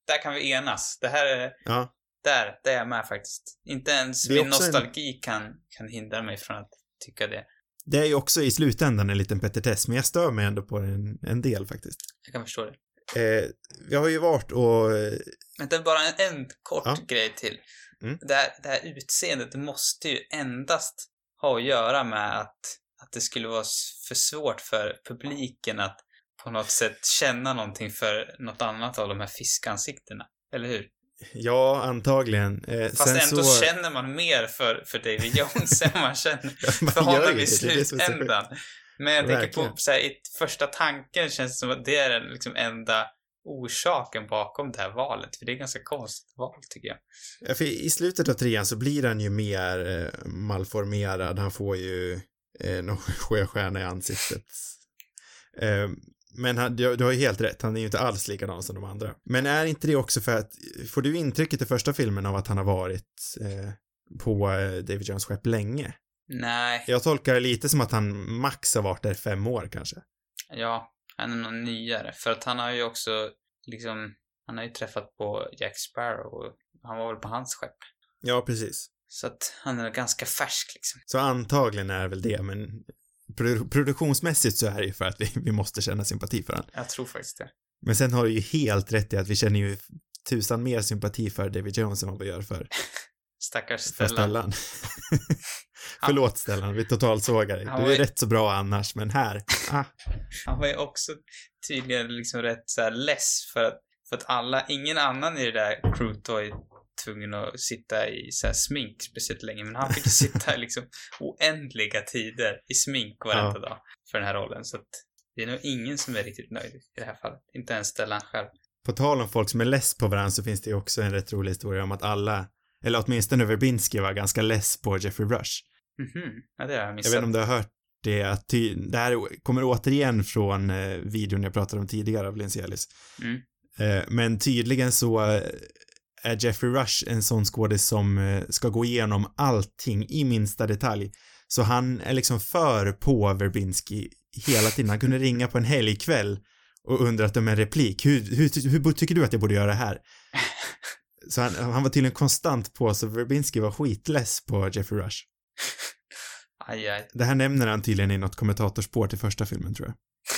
där kan vi enas. Det här är, Ja. där, det är jag med faktiskt. Inte ens Det är min också nostalgi en... kan, kan hindra mig från att tycka det. Det är ju också i slutändan en liten petitess, men jag stör mig ändå på en, en del faktiskt. Jag kan förstå det. Eh, vi har ju varit och... Vänta, bara en, en kort ja. grej till. Mm. Det, här, det här utseendet, det måste ju endast ha att göra med att, att det skulle vara för svårt för publiken att på något sätt känna någonting för något annat av de här fiskansiktena. Eller hur? Ja, antagligen. Eh, Fast sen ändå så... känner man mer för, för David Jones än man känner ja, man för honom i det, slutändan. Men jag tänker Verkligen. på, så här, i första tanken känns det som att det är den liksom enda orsaken bakom det här valet. För det är ganska konstigt val, tycker jag. Ja, för i slutet av trean så blir han ju mer eh, malformerad. Han får ju eh, någon sjöstjärna i ansiktet. Eh, men han, du, du har ju helt rätt, han är ju inte alls likadan som de andra. Men är inte det också för att, får du intrycket i första filmen av att han har varit eh, på eh, David Jones skepp länge? Nej. Jag tolkar det lite som att han max har varit där fem år kanske. Ja, han är någon nyare. För att han har ju också liksom, han har ju träffat på Jack Sparrow och han var väl på hans skepp. Ja, precis. Så att han är ganska färsk liksom. Så antagligen är väl det, men produ- produktionsmässigt så är det ju för att vi, vi måste känna sympati för han. Jag tror faktiskt det. Men sen har du ju helt rätt i att vi känner ju tusan mer sympati för David Jones än vad vi gör för Stackars för Stellan. Stellan. Förlåt Stellan, vi totalt sågar dig. Du är ju... rätt så bra annars, men här, ah. Han var ju också tydligen liksom rätt så här less för att, för att alla, ingen annan i det där crewet var ju tvungen att sitta i så här smink speciellt länge, men han fick sitta liksom oändliga tider i smink varenda ja. dag för den här rollen, så att det är nog ingen som är riktigt nöjd i det här fallet. Inte ens Stellan själv. På tal om folk som är less på varandra så finns det ju också en rätt rolig historia om att alla, eller åtminstone Verbinski var ganska less på Jeffrey Rush. Mhm, ja, det har jag missat. Jag vet inte om du har hört det, att ty- det här kommer återigen från eh, videon jag pratade om tidigare av Lindsay Ellis. Mm. Eh, men tydligen så eh, är Jeffrey Rush en sån skådis som eh, ska gå igenom allting i minsta detalj. Så han är liksom för på Verbinski hela tiden. Han kunde ringa på en helgkväll och undrat om en replik. Hur, hur, hur tycker du att jag borde göra det här? Så han, han var tydligen konstant på, så Verbinski var skitless på Jeffrey Rush. Aj, aj. Det här nämner han tydligen i något kommentatorspår till första filmen, tror jag.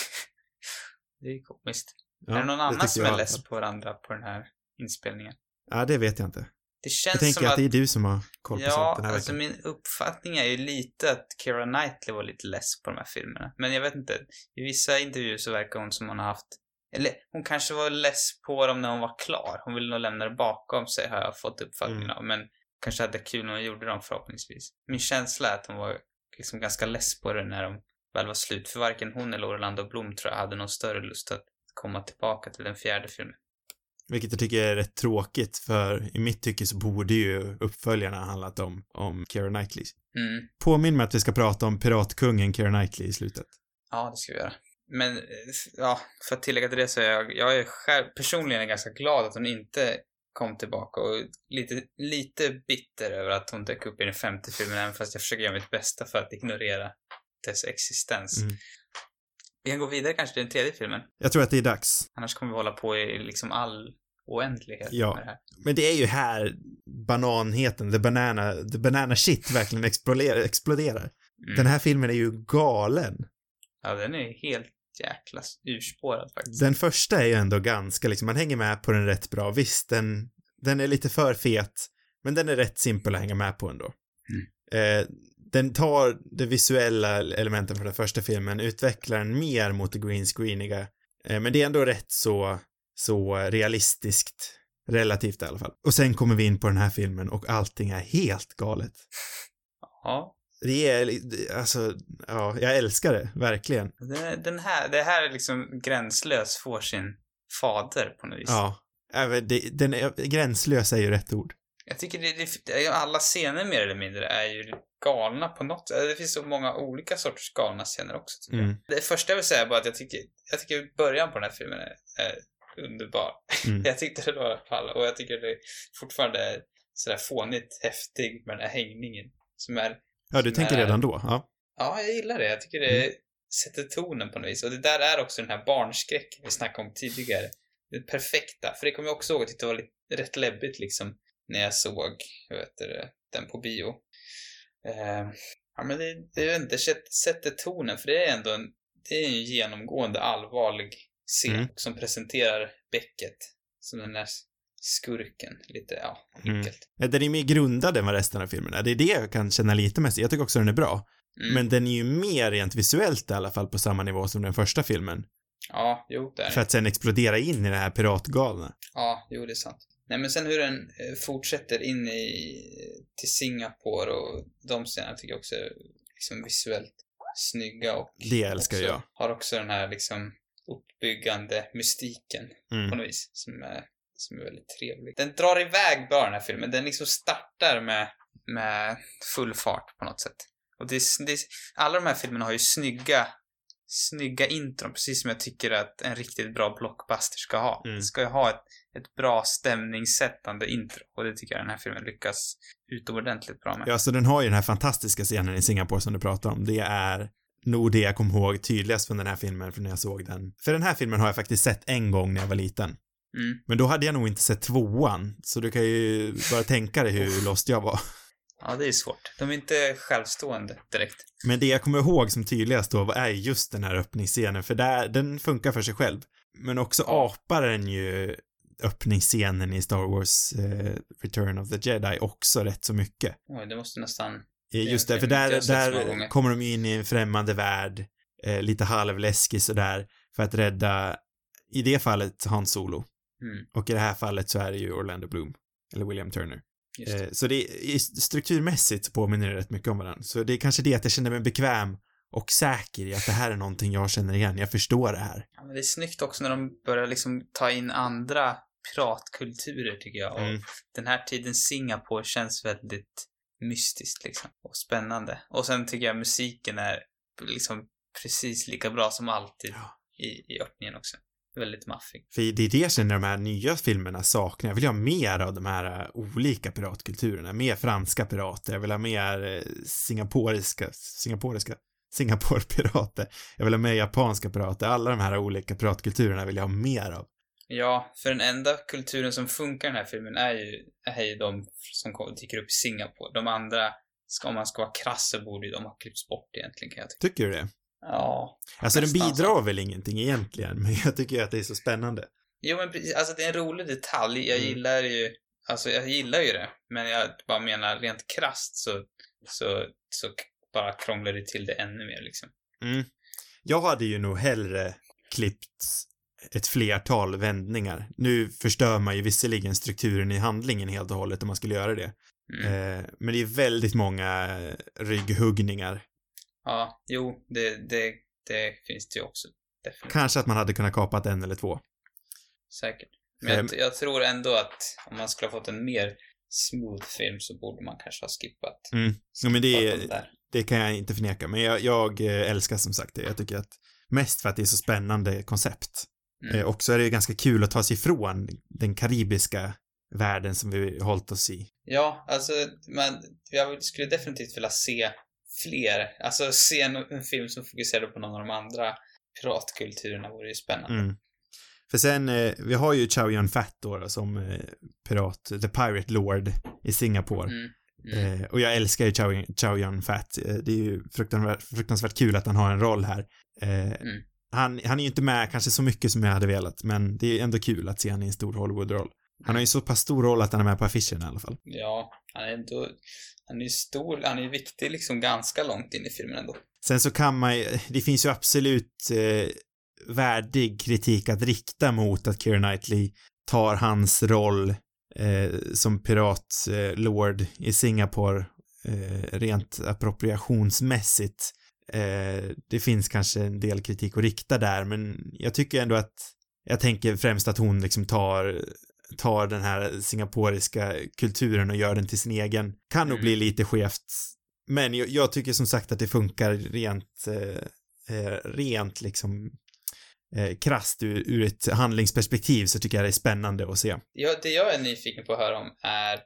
Det är komiskt. Ja, är det någon annan som jag är less på varandra på den här inspelningen? Ja, det vet jag inte. Det känns jag tänker som att, att det är du som har koll på ja, sånt den här alltså veckan. min uppfattning är ju lite att Keira Knightley var lite less på de här filmerna. Men jag vet inte. I vissa intervjuer så verkar hon som hon har haft... Eller hon kanske var less på dem när hon var klar. Hon ville nog lämna det bakom sig, har jag fått uppfattningen Mm. av. Men kanske hade kul när hon gjorde dem förhoppningsvis. Min känsla är att hon var liksom ganska less på det när de väl var slut. För varken hon eller Orlando Bloom tror jag hade någon större lust att komma tillbaka till den fjärde filmen. Vilket jag tycker är rätt tråkigt, för i mitt tycke så borde ju uppföljarna handlat om, om Keira Knightley. Mm. Påminn mig att vi ska prata om piratkungen Keira Knightley i slutet. Ja, det ska vi göra. Men, ja, för att tillägga till det så är jag, jag är själv personligen är ganska glad att hon inte kom tillbaka och lite, lite bitter över att hon dök upp i den femte filmen, även fast jag försöker göra mitt bästa för att ignorera dess existens. Mm. Vi kan gå vidare kanske till den tredje filmen. Jag tror att det är dags. Annars kommer vi hålla på i liksom all oändlighet Ja. med det här. Men det är ju här bananheten, the banana, the banana shit verkligen exploderar. exploderar. Mm. Den här filmen är ju galen. Ja, den är helt jäkla urspårad faktiskt. Den första är ju ändå ganska, liksom, man hänger med på den rätt bra. Visst, den, den är lite för fet, men den är rätt simpel att hänga med på ändå. Mm. Eh, den tar de visuella elementen från den första filmen, utvecklar den mer mot det green screeniga. Eh, men det är ändå rätt så, så realistiskt, relativt i alla fall. Och sen kommer vi in på den här filmen och allting är helt galet. Ja. Det är, alltså, ja, jag älskar det, verkligen. Den, den här, det här är liksom gränslös får sin fader på något vis. Ja, även det, den är, gränslös är ju rätt ord. Jag tycker det, det, alla scener mer eller mindre är ju galna på något sätt. Det finns så många olika sorters galna scener också, tycker Mm. jag. Det första jag vill säga är bara att jag tycker, jag tycker början på den här filmen är, är underbar. Mm. Jag tyckte det var i alla fall. Och jag tycker det fortfarande är sådär fånigt häftig med den här hängningen. Som är... Ja, du som tänker är, redan då, ja. Ja, jag gillar det. Jag tycker det Mm. sätter tonen på något vis. Och det där är också den här barnskräcken vi snackade om tidigare. det perfekta. För det kommer jag också ihåg att det var lite, rätt läbbigt liksom när jag såg, jag vet det, den på bio. Uh, ja men det, det är inte sätter tonen, för det är ändå en, det är en genomgående allvarlig scen mm. som presenterar Beckett som den där skurken, lite, ja, enkelt. Mm. Den är mer grundad än vad resten av filmen är. Det är det jag kan känna lite mest. Jag tycker också den är bra. Mm. Men den är ju mer rent visuellt i alla fall på samma nivå som den första filmen. Ja, jo, det är. För att sen explodera in i det här piratgalna. Ja, jo, det är sant. Nej, men sen hur den eh, fortsätter in i till Singapore och de scenerna tycker jag också är liksom visuellt snygga och det älskar också, jag. Har också den här liksom uppbyggande mystiken mm. på något vis som är, som är väldigt trevlig. Den drar iväg bara den här filmen. Den liksom startar med, med full fart på något sätt. Och det, det, alla de här filmerna har ju snygga snygga intron, precis som jag tycker att en riktigt bra blockbuster ska ha. Mm. Ska ju ha ett, ett bra stämningssättande intro, och det tycker jag den här filmen lyckas utomordentligt bra med. Ja, så den har ju den här fantastiska scenen i Singapore som du pratar om. Det är nog det jag kommer ihåg tydligast från den här filmen från när jag såg den. För den här filmen har jag faktiskt sett en gång när jag var liten. Mm. Men då hade jag nog inte sett tvåan, så du kan ju bara tänka dig hur lost jag var. Ja, det är svårt. De är inte självstående direkt. Men det jag kommer ihåg som tydligast då är just den här öppningsscenen, för där, den funkar för sig själv. Men också ja. apar den ju öppningsscenen i Star Wars eh, Return of the Jedi också rätt så mycket. Oj, det måste nästan... Just det, för där, där kommer de in i en främmande värld, eh, lite halvläskig sådär, för att rädda, i det fallet, Han Solo. Mm. Och i det här fallet så är det ju Orlando Bloom, eller William Turner. Det. Så det strukturmässigt så påminner det rätt mycket om varandra. Så det är kanske det att jag känner mig bekväm och säker i att det här är någonting jag känner igen. Jag förstår det här. Ja, men det är snyggt också när de börjar liksom ta in andra piratkulturer, tycker jag. Mm. Och den här tiden Singapore känns väldigt mystiskt liksom. Och spännande. Och sen tycker jag musiken är liksom precis lika bra som alltid ja. i, i öppningen också. Väldigt maffig. För det är det jag känner de här nya filmerna saknar. Jag vill ha mer av de här olika piratkulturerna. Mer franska pirater. Jag vill ha mer singaporiska, singaporiska, Singapore-pirater. Jag vill ha mer japanska pirater. Alla de här olika piratkulturerna vill jag ha mer av. Ja, för den enda kulturen som funkar i den här filmen är ju, är ju de som dyker upp i Singapore. De andra, ska, om man ska vara krass, så borde ju de ha klippts bort egentligen, kan jag tycka. Tycker du det? Ja. Alltså den bidrar väl ingenting egentligen, men jag tycker att det är så spännande. Jo, men precis, alltså det är en rolig detalj. Jag mm. gillar ju, alltså jag gillar ju det, men jag bara menar rent krasst så, så, så bara krånglar det till det ännu mer liksom. Mm. Jag hade ju nog hellre klippt ett flertal vändningar. Nu förstör man ju visserligen strukturen i handlingen helt och hållet om man skulle göra det. Mm. Eh, men det är väldigt många rygghuggningar. Ja, jo, det, det, det finns det ju också. Definitivt. Kanske att man hade kunnat kapat en eller två. Säkert. Men jag, jag tror ändå att om man skulle ha fått en mer smooth film så borde man kanske ha skippat. Mm. Ja, men det, det kan jag inte förneka. Men jag, jag älskar som sagt det. Jag tycker att mest för att det är så spännande koncept. Mm. Eh, och så är det ganska kul att ta sig ifrån den karibiska världen som vi har hållit oss i. Ja, alltså man, jag skulle definitivt vilja se fler, alltså se en, en film som fokuserar på någon av de andra piratkulturerna vore ju spännande. Mm. För sen, eh, vi har ju Chow Yun-Fat då, som eh, pirat, The Pirate Lord i Singapore. Mm. Mm. Eh, och jag älskar ju Chow, Chow Yun-Fat. Eh, det är ju fruktansvärt, fruktansvärt kul att han har en roll här. Eh, mm. han, han är ju inte med kanske så mycket som jag hade velat, men det är ändå kul att se han i en stor Hollywood-roll. Han har ju så pass stor roll att han är med på affischen i alla fall. Ja, han är ändå, han är ju stor, han är ju viktig liksom ganska långt in i filmen ändå. Sen så kan man, det finns ju absolut eh, värdig kritik att rikta mot att Keira Knightley tar hans roll eh, som piratlord eh, i Singapore eh, rent appropriationsmässigt. Eh, det finns kanske en del kritik att rikta där, men jag tycker ändå att jag tänker främst att hon liksom tar tar den här singaporiska kulturen och gör den till sin egen. Kan mm. nog bli lite skevt. Men jag, jag tycker som sagt att det funkar rent eh, rent liksom eh, krasst ur, ur ett handlingsperspektiv, så tycker jag det är spännande att se. Ja, det jag är nyfiken på att höra om är,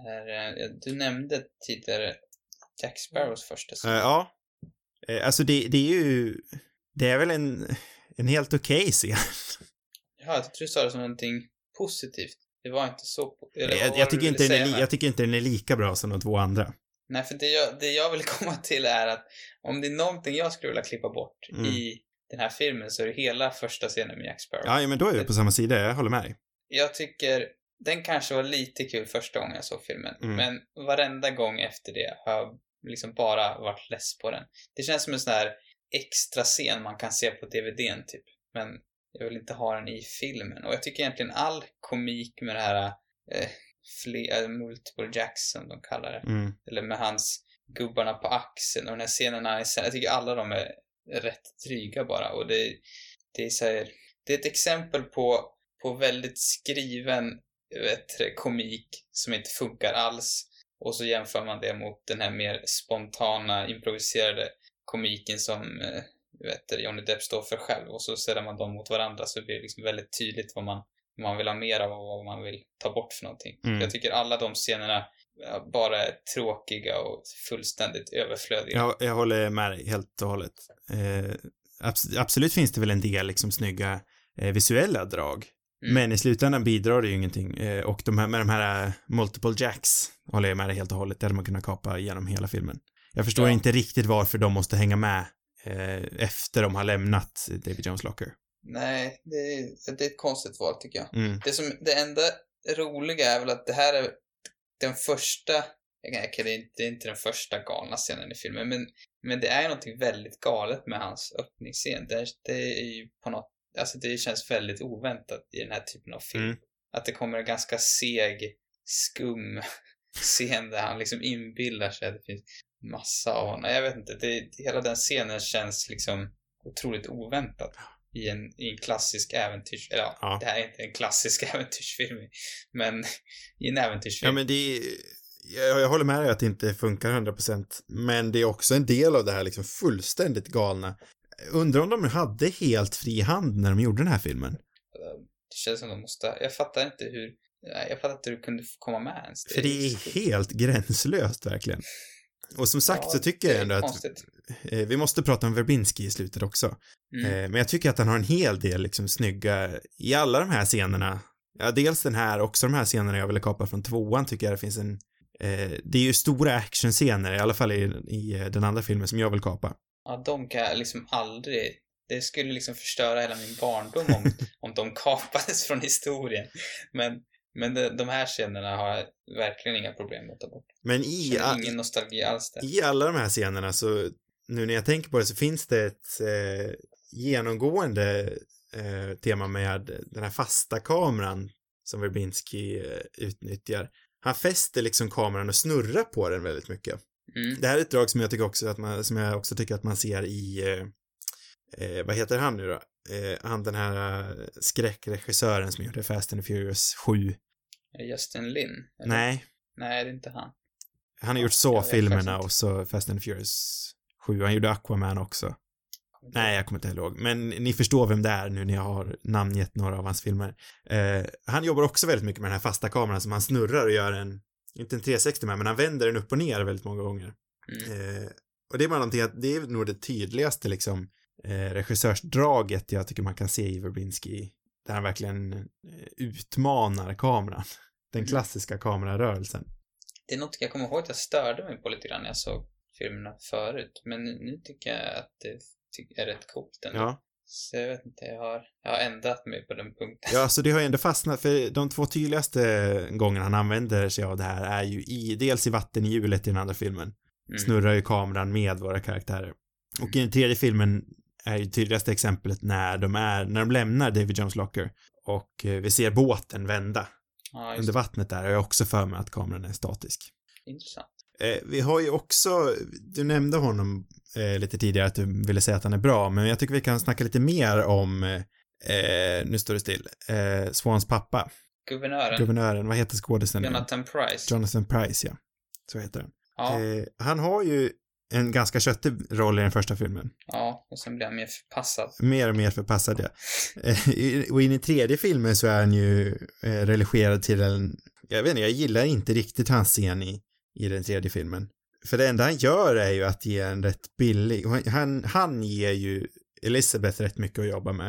är du nämnde tidigare Jack Sparrows första scen. Uh, ja. Uh, alltså det, det är ju det är väl en, en helt okej scen. Ja, jag tror du sa det som någonting positivt. Det var inte så... Eller, jag, jag, tycker inte den är li, jag tycker inte den är lika bra som de två andra. Nej, för det jag, det jag vill komma till är att om det är någonting jag skulle vilja klippa bort mm. i den här filmen så är det hela första scenen med Jack Sparrow. Ja, men då är vi på samma sida, jag håller med. Jag tycker, den kanske var lite kul första gången jag såg filmen, mm. men varenda gång efter det har jag liksom bara varit less på den. Det känns som en sån här extra scen man kan se på D V D:n typ, men jag vill inte ha den i filmen. Och jag tycker egentligen all komik med det här eh, fler, multiple jacks som de kallar det, mm. eller med hans gubbarna på axeln och den här scenen här, jag tycker alla de är rätt dryga bara, och det, det är så här, det är ett exempel på, på väldigt skriven vet, komik som inte funkar alls, och så jämför man det mot den här mer spontana, improviserade komiken som eh, vet, Johnny Depp står för själv, och så ställer man dem mot varandra så blir det liksom väldigt tydligt vad man, vad man vill ha mer av och vad man vill ta bort för någonting. Mm. Jag tycker alla de scenerna bara är tråkiga och fullständigt överflödiga. Jag, jag håller med dig helt och hållet. Eh, abs- absolut finns det väl en del liksom snygga eh, visuella drag. Mm. Men i slutändan bidrar det ju ingenting. Eh, och de här, med de här uh, multiple jacks håller jag med dig helt och hållet. Det hade man kunnat kapa genom hela filmen. Jag förstår ja. inte riktigt varför de måste hänga med eh, efter de har lämnat David Jones Locker. Nej, det är, det är ett konstigt val tycker jag. Mm. Det, som, det enda roliga är väl att det här är den första, okay, det, är inte, det är inte den första galna scenen i filmen, men, men det är ju någonting väldigt galet med hans öppningsscen. Det, det är ju på något, alltså det känns väldigt oväntat i den här typen av film. Mm. Att det kommer en ganska seg, skum scen där han liksom inbillar sig att det finns massa av honom. Jag vet inte, det, hela den scenen känns liksom otroligt oväntat. I en, i en klassisk äventyrs... Eller ja, ja, det här är inte en klassisk äventyrsfilm. Men i en äventyrsfilm. Ja, men det är... Jag, jag håller med dig att det inte funkar hundra procent. Men det är också en del av det här liksom fullständigt galna. Undrar om de hade helt fri hand när de gjorde den här filmen. Det känns som de måste... Jag fattar inte hur... Jag fattar inte hur du kunde komma med ens. Det För det är så... helt gränslöst, verkligen. Och som sagt ja, så tycker jag ändå att eh, vi måste prata om Verbinski i slutet också. Mm. Eh, men jag tycker att han har en hel del liksom snygga i alla de här scenerna. Ja, dels den här, också de här scenerna jag ville kapa från tvåan tycker jag det finns en eh, det är ju stora actionscener i alla fall i, i den andra filmen som jag vill kapa. Ja, de kan jag liksom aldrig, det skulle liksom förstöra hela min barndom om, om de kapades från historien. Men Men de, de här scenerna har jag verkligen inga problem med att ta bort. Men i all, ingen nostalgi alls där. I alla de här scenerna så, nu när jag tänker på det så finns det ett eh, genomgående eh, tema med den här fasta kameran som Verbinski eh, utnyttjar. Han fäster liksom kameran och snurrar på den väldigt mycket. Mm. Det här är ett drag som jag tycker också att man, som jag också tycker att man ser i eh, eh, vad heter han nu då? Eh, han den här eh, skräckregissören som gjorde Fast and the Furious sju. Justin Lin? Eller? Nej. Nej, det är inte han. Han har gjort så filmerna och så Fast and the Furious sju. Han gjorde Aquaman också. Nej, jag kommer inte ihåg. Men ni förstår vem det är nu när jag har namngett några av hans filmer. Eh, han jobbar också väldigt mycket med den här fasta kameran som han snurrar och gör en, inte en tre sextio med, men han vänder den upp och ner väldigt många gånger. Mm. Eh, och det är bara någonting att det är nog det tydligaste liksom eh, regissörsdraget jag tycker man kan se i Verbinski. Där han verkligen eh, utmanar kameran. Den klassiska kamerarörelsen. Det är något jag kommer ihåg att jag störde mig på lite grann när jag såg filmerna förut. Men nu, nu tycker jag att det är rätt coolt ändå. Ja. Så jag vet inte, jag har, jag har ändrat mig på den punkten. Ja, så det har ju ändå fastnat, för de två tydligaste gångerna han använder sig av det här är ju i, dels i vattenhjulet i den andra filmen. Mm. Snurrar ju kameran med våra karaktärer. Och mm. i den tredje filmen är ju tydligaste exemplet när de är, när de lämnar David Jones Locker och eh, vi ser båten vända ja, under vattnet där. Och jag också för mig att kameran är statisk. Intressant. Eh, vi har ju också, du nämnde honom eh, lite tidigare att du ville säga att han är bra, men jag tycker vi kan snacka lite mer om eh, nu står det still, eh, Swans pappa. Guvernören. Guvernören, vad heter skådisen? Jonathan Pryce. Jonathan Pryce, ja. Så heter han. Ja. Eh, han har ju en ganska köttig roll i den första filmen. Ja, och sen blir han mer förpassad. Mer och mer förpassad, ja. eh, och i den tredje filmen så är han ju eh, religerad till en, jag vet inte, jag gillar inte riktigt hans scen i i den tredje filmen. För det enda han gör är ju att ge en rätt billig, han, han ger ju Elizabeth rätt mycket att jobba med.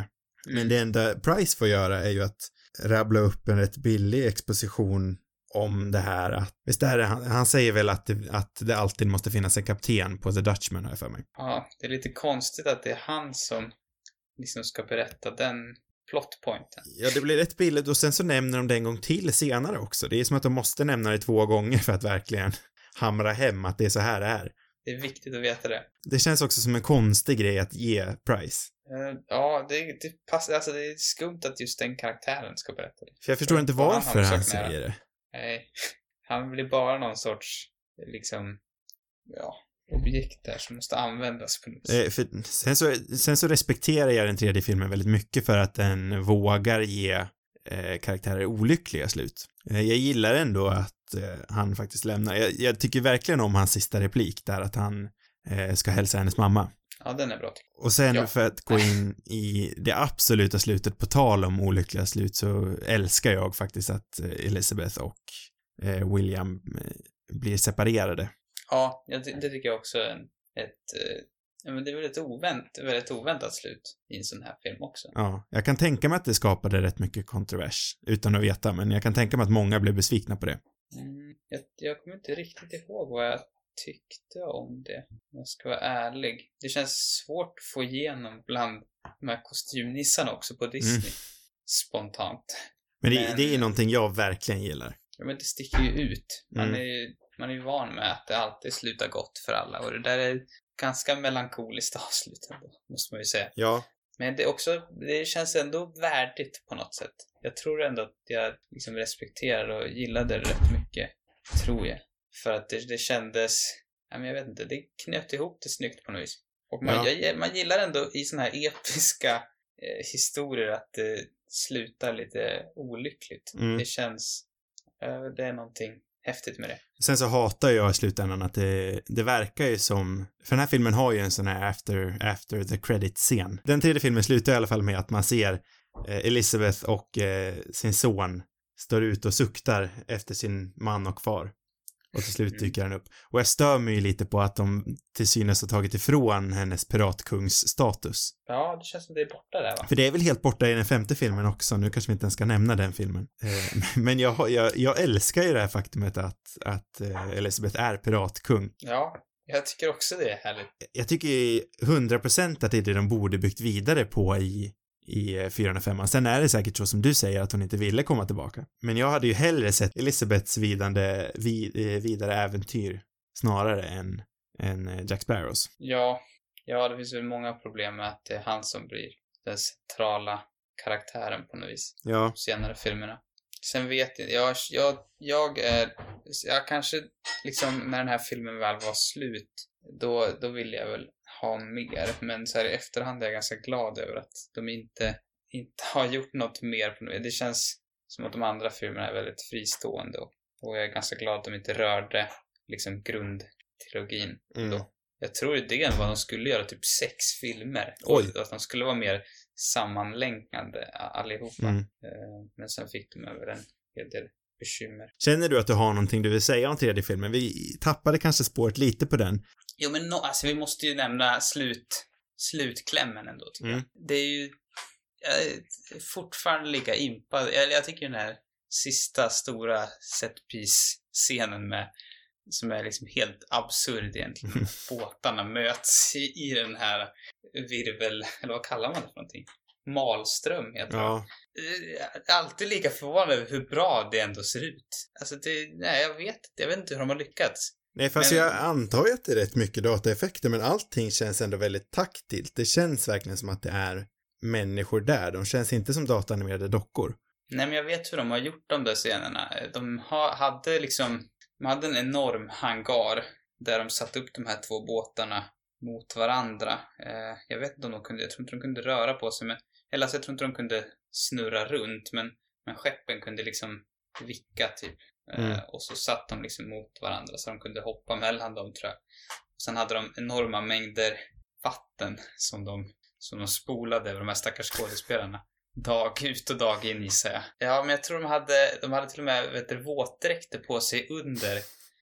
Men det enda Price får göra är ju att rabbla upp en rätt billig exposition om det här att, visst det här är, han, han säger väl att det, att det alltid måste finnas en kapten på The Dutchman här för mig. Ja, det är lite konstigt att det är han som liksom ska berätta den plotpointen. Ja, det blir rätt billigt och sen så nämner de det en gång till senare också. Det är som att de måste nämna det två gånger för att verkligen hamra hem att det är så här det är. Det är viktigt att veta det. Det känns också som en konstig grej att ge Price. Uh, ja, det, det passar, alltså det är skumt att just den karaktären ska berätta det. För jag förstår för inte varför han, han säger det. Nej, han blir bara någon sorts, liksom, ja, objekt där som måste användas på något sätt. Eh, för sen, så, sen så respekterar jag den tredje filmen väldigt mycket för att den vågar ge eh, karaktärer olyckliga slut. Eh, jag gillar ändå att eh, han faktiskt lämnar. Jag, jag tycker verkligen om hans sista replik där att han eh, ska hälsa hennes mamma. Ja, den är bra. Och sen ja. för att gå in i det absoluta slutet på tal om olyckliga slut så älskar jag faktiskt att Elizabeth och eh, William eh, blir separerade. Ja, det, det tycker jag också är en, ett, eh, ja, men det är väl ett ovänt, väldigt oväntat slut i en sån här film också. Ja, jag kan tänka mig att det skapade rätt mycket kontrovers utan att veta, men jag kan tänka mig att många blev besvikna på det. Mm, jag, jag kommer inte riktigt ihåg vad jag tyckte om det. Jag ska vara ärlig. Det känns svårt att få igenom bland de här kostymnissarna också på Disney. Mm. Spontant. Men det, men det är någonting jag verkligen gillar. Ja, men det sticker ju ut. Man, mm. är ju, man är ju van med att det alltid slutar gott för alla. Och det där är ganska melankoliskt avslut ändå, måste man ju säga. Ja. Men det är också, det känns ändå värdigt på något sätt. Jag tror ändå att jag liksom respekterar och gillade det rätt mycket. Tror jag. För att det, det kändes, ja, men jag vet inte, det knöt ihop det snyggt på något vis. Och man, ja. jag, man gillar ändå i såna här episka eh, historier att det slutar lite olyckligt. Mm. Det känns, eh, det är någonting häftigt med det. Sen så hatar jag i slutändan att det, det verkar ju som, för den här filmen har ju en sån här after, after the credit-scen. Den tredje filmen slutar i alla fall med att man ser eh, Elizabeth och eh, sin son står ut och suktar efter sin man och far. Och till slut dyker han upp. Och jag stör mig ju lite på att de till synes har tagit ifrån hennes piratkungs-status. Ja, det känns som det är borta där, va? För det är väl helt borta i den femte filmen också. Nu kanske vi inte ens ska nämna den filmen. Men jag, jag, jag älskar ju det här faktumet att, att Elizabeth är piratkung. Ja, jag tycker också det är härligt. Jag tycker hundra procent att det är det de borde byggt vidare på i i fyra fem. Sen är det säkert så som du säger att hon inte ville komma tillbaka. Men jag hade ju hellre sett Elizabeths vidande, vid, vidare äventyr snarare än, än Jack Sparrows. Ja, ja, det finns väl många problem med att det är han som blir den centrala karaktären på något vis. Ja. Senare filmerna. Sen vet jag, jag, jag, jag är, jag kanske liksom när den här filmen väl var slut, då, då ville jag väl ha mer, men så här i efterhand är jag ganska glad över att de inte, inte har gjort något mer på något. Det känns som att de andra filmerna är väldigt fristående och, och jag är ganska glad att de inte rörde liksom grundtrilogin mm. då. Jag tror idén var att de skulle göra typ sex filmer. Oj. Och att de skulle vara mer sammanlänkande allihopa. Mm. Men sen fick de över en hel del bekymmer. Känner du att du har någonting du vill säga om tredje filmen? Vi tappade kanske spåret lite på den. Jo, men no, alltså vi måste ju nämna slut, slutklämmen ändå, tycker mm. jag. Det är ju jag är fortfarande lika impad. Jag, jag tycker den här sista stora setpiece-scenen med som är liksom helt absurd egentligen. Båtarna möts i, i den här virvel, eller vad kallar man det för någonting? Malström heter ja. det. Jag är alltid lika förvånad över hur bra det ändå ser ut. Alltså det, nej jag vet jag vet inte hur de har lyckats. Nej, fast men... jag antar ju att det är rätt mycket dataeffekter, men allting känns ändå väldigt taktilt. Det känns verkligen som att det är människor där. De känns inte som datanimerade dockor. Nej, men jag vet hur de har gjort de där scenerna. De ha, hade liksom, de hade en enorm hangar där de satt upp de här två båtarna mot varandra. Eh, jag vet inte om de kunde, jag tror inte de kunde röra på sig, men, eller alltså, jag tror inte de kunde snurra runt, men, men skeppen kunde liksom vicka typ. Eh, mm. Och så satt de liksom mot varandra så de kunde hoppa mellan dem, tror jag. Och sen hade de enorma mängder vatten som de, som de spolade över de här stackars skådespelarna. Dag ut och dag in, gissar jag. Ja, men jag tror de hade, de hade till och med vet du, våtdräkter på sig under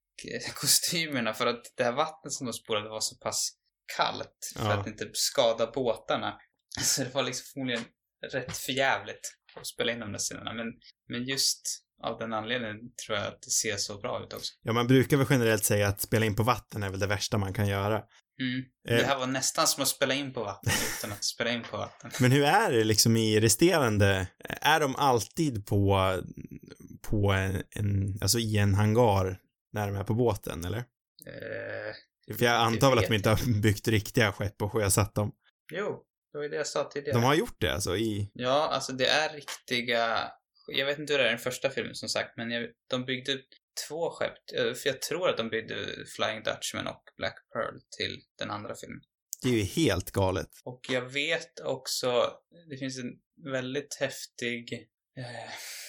kostymerna för att det här vattnet som de spolade var så pass kallt för ja. Att inte skada båtarna. Så det var liksom förmodligen rätt förjävligt att spela in de där scenerna. Men, men just av den anledningen tror jag att det ser så bra ut också. Ja, man brukar väl generellt säga att spela in på vatten är väl det värsta man kan göra. Mm. Eh. Det här var nästan som att spela in på vatten utan att spela in på vatten. Men hur är det liksom i resterande? Är de alltid på, på en, en, alltså i en hangar när de är på båten, eller? Eh, För jag antar väl att de inte har byggt riktiga skepp och sjösatt dem. Jo, det var ju det jag sa tidigare. De har gjort det alltså i... Ja, alltså det är riktiga... Jag vet inte hur det är i den första filmen som sagt, men jag, de byggde två skepp. För jag tror att de byggde Flying Dutchman och Black Pearl till den andra filmen. Det är ju helt galet. Och jag vet också, det finns en väldigt häftig... Eh,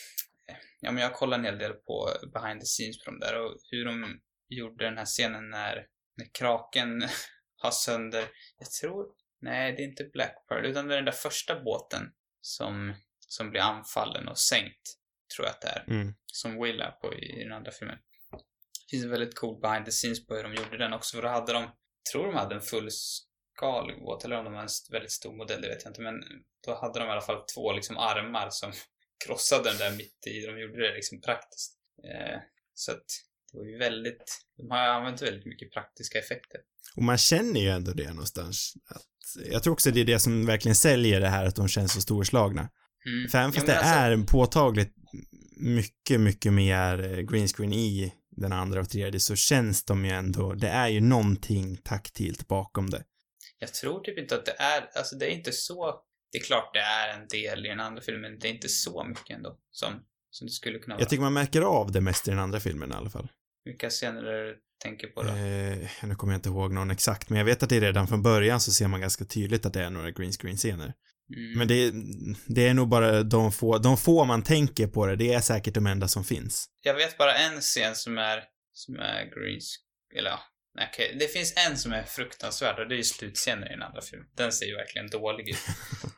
ja, men jag kollar en hel del på behind the scenes på dem där och hur de gjorde den här scenen när, när kraken har sönder... Jag tror... Nej, det är inte Black Pearl, utan det är den där första båten som, som blir anfallen och sänkt, tror jag att det är. Mm. Som Will är på i, i den andra filmen. Det finns en väldigt cool behind the scenes på hur de gjorde den också. För då hade de, tror de hade en fullskalig båt, eller om de var en väldigt stor modell, det vet jag inte. Men då hade de i alla fall två liksom armar som krossade den där mitt i. De gjorde det liksom praktiskt. Eh, så att det var ju väldigt, de har använt väldigt mycket praktiska effekter. Och man känner ju ändå det någonstans. Att, jag tror också det är det som verkligen säljer det här, att de känns så storslagna. Mm. För även fast jo, det alltså... är påtagligt mycket, mycket mer green screen i den andra och tredje, så känns de ju ändå, det är ju någonting taktilt bakom det. Jag tror typ inte att det är, alltså det är inte så, det är klart det är en del i den andra filmen, men det är inte så mycket ändå som, som det skulle kunna vara. Jag tycker man märker av det mest i den andra filmen i alla fall. Vilka scener du tänker på då? Eh, nu kommer jag inte ihåg någon exakt, men jag vet att det är redan från början så ser man ganska tydligt att det är några green screen scener. Mm. Men det, det är nog bara de få, de få man tänker på det, det är säkert de enda som finns. Jag vet bara en scen som är, som är green, eller ja, okej, okay. Det finns en som är fruktansvärd och det är ju slutscenen i den andra filmen. Den ser ju verkligen dålig ut.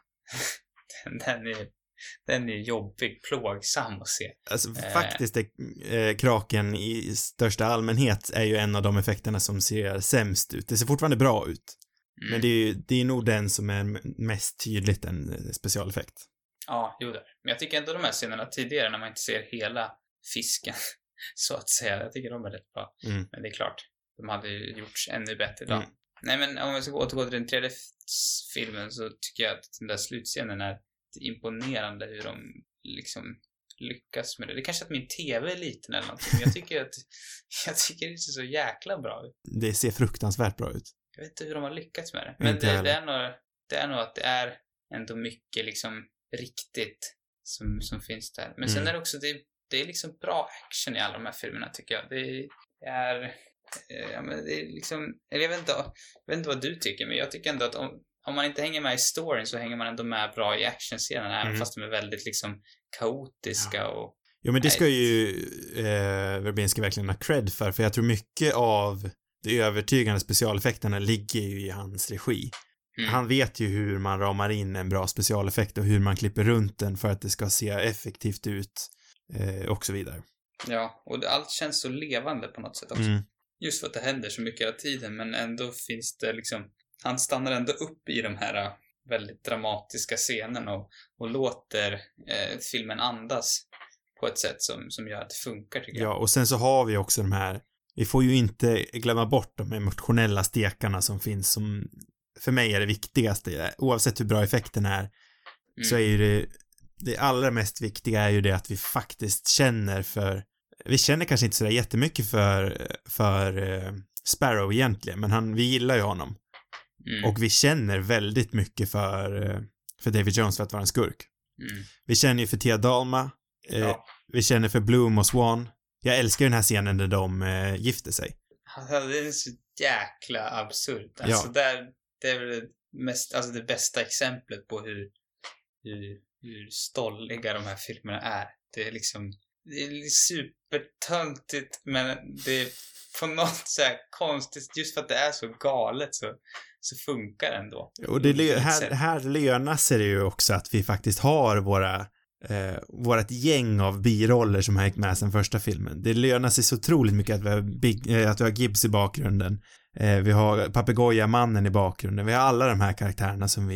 den, den är Den är jobbig, plågsam att se. Alltså eh. faktiskt är, eh, kraken i största allmänhet är ju en av de effekterna som ser sämst ut. Det ser fortfarande bra ut. Mm. Men det är ju, det är nog den som är mest tydligt en specialeffekt. Ja, jo där. Men jag tycker ändå de här scenerna tidigare när man inte ser hela fisken så att säga, jag tycker de är rätt bra. Mm. Men det är klart, de hade ju gjorts ännu bättre då. Mm. Nej, men om vi ska återgå till den tredje filmen så tycker jag att den där slutscenen är imponerande hur de liksom lyckas med det. Det är kanske att min tv är liten eller någonting, men jag tycker att jag tycker det ser så jäkla bra ut. Det ser fruktansvärt bra ut. Jag vet inte hur de har lyckats med det. Men det, det, är nog, det är nog att det är ändå mycket liksom riktigt som, som finns där. Men mm. sen är det också, det, det är liksom bra action i alla de här filmerna tycker jag. Det är, ja men det är liksom, jag vet inte, jag vet inte vad du tycker, men jag tycker ändå att om Om man inte hänger med i storyn så hänger man ändå med bra i actionscenerna, mm. även fast de är väldigt liksom kaotiska ja. och... Jo, men det ska ju eh, Verbinski verkligen ha cred för, för jag tror mycket av de övertygande specialeffekterna ligger ju i hans regi. Mm. Han vet ju hur man ramar in en bra specialeffekt och hur man klipper runt den för att det ska se effektivt ut eh, och så vidare. Ja, och det, allt känns så levande på något sätt också. Mm. Just för att det händer så mycket hela tiden, men ändå finns det liksom... Han stannar ändå upp i de här väldigt dramatiska scenerna och, och låter eh, filmen andas på ett sätt som, som gör att det funkar tycker jag. Ja, och sen så har vi också de här, vi får ju inte glömma bort de emotionella stekarna som finns, som för mig är det viktigaste. Oavsett hur bra effekten är mm. så är ju det, det allra mest viktiga är ju det att vi faktiskt känner för, vi känner kanske inte sådär jättemycket för, för eh, Sparrow egentligen, men han, vi gillar ju honom. Mm. Och vi känner väldigt mycket för, för David Jones för att vara en skurk. Mm. Vi känner ju för Tia Dalma. Eh, ja. Vi känner för Bloom och Swan. Jag älskar den här scenen där de eh, gifter sig. Alltså, det är så jäkla absurt. Alltså, ja. där, det är väl det, mest, alltså det bästa exemplet på hur, hur, hur stolliga de här filmerna är. Det är liksom, det är supertöntigt, men det är på något så här konstigt, just för att det är så galet så, så funkar det ändå. Och det, här, här lönar sig det ju också att vi faktiskt har våra eh, vårat gäng av biroller som har hängt med sen första filmen. Det lönar sig så otroligt mycket att vi har, Big, eh, att vi har Gibbs i bakgrunden. Eh, vi har Papegoja-mannen i bakgrunden. Vi har alla de här karaktärerna som vi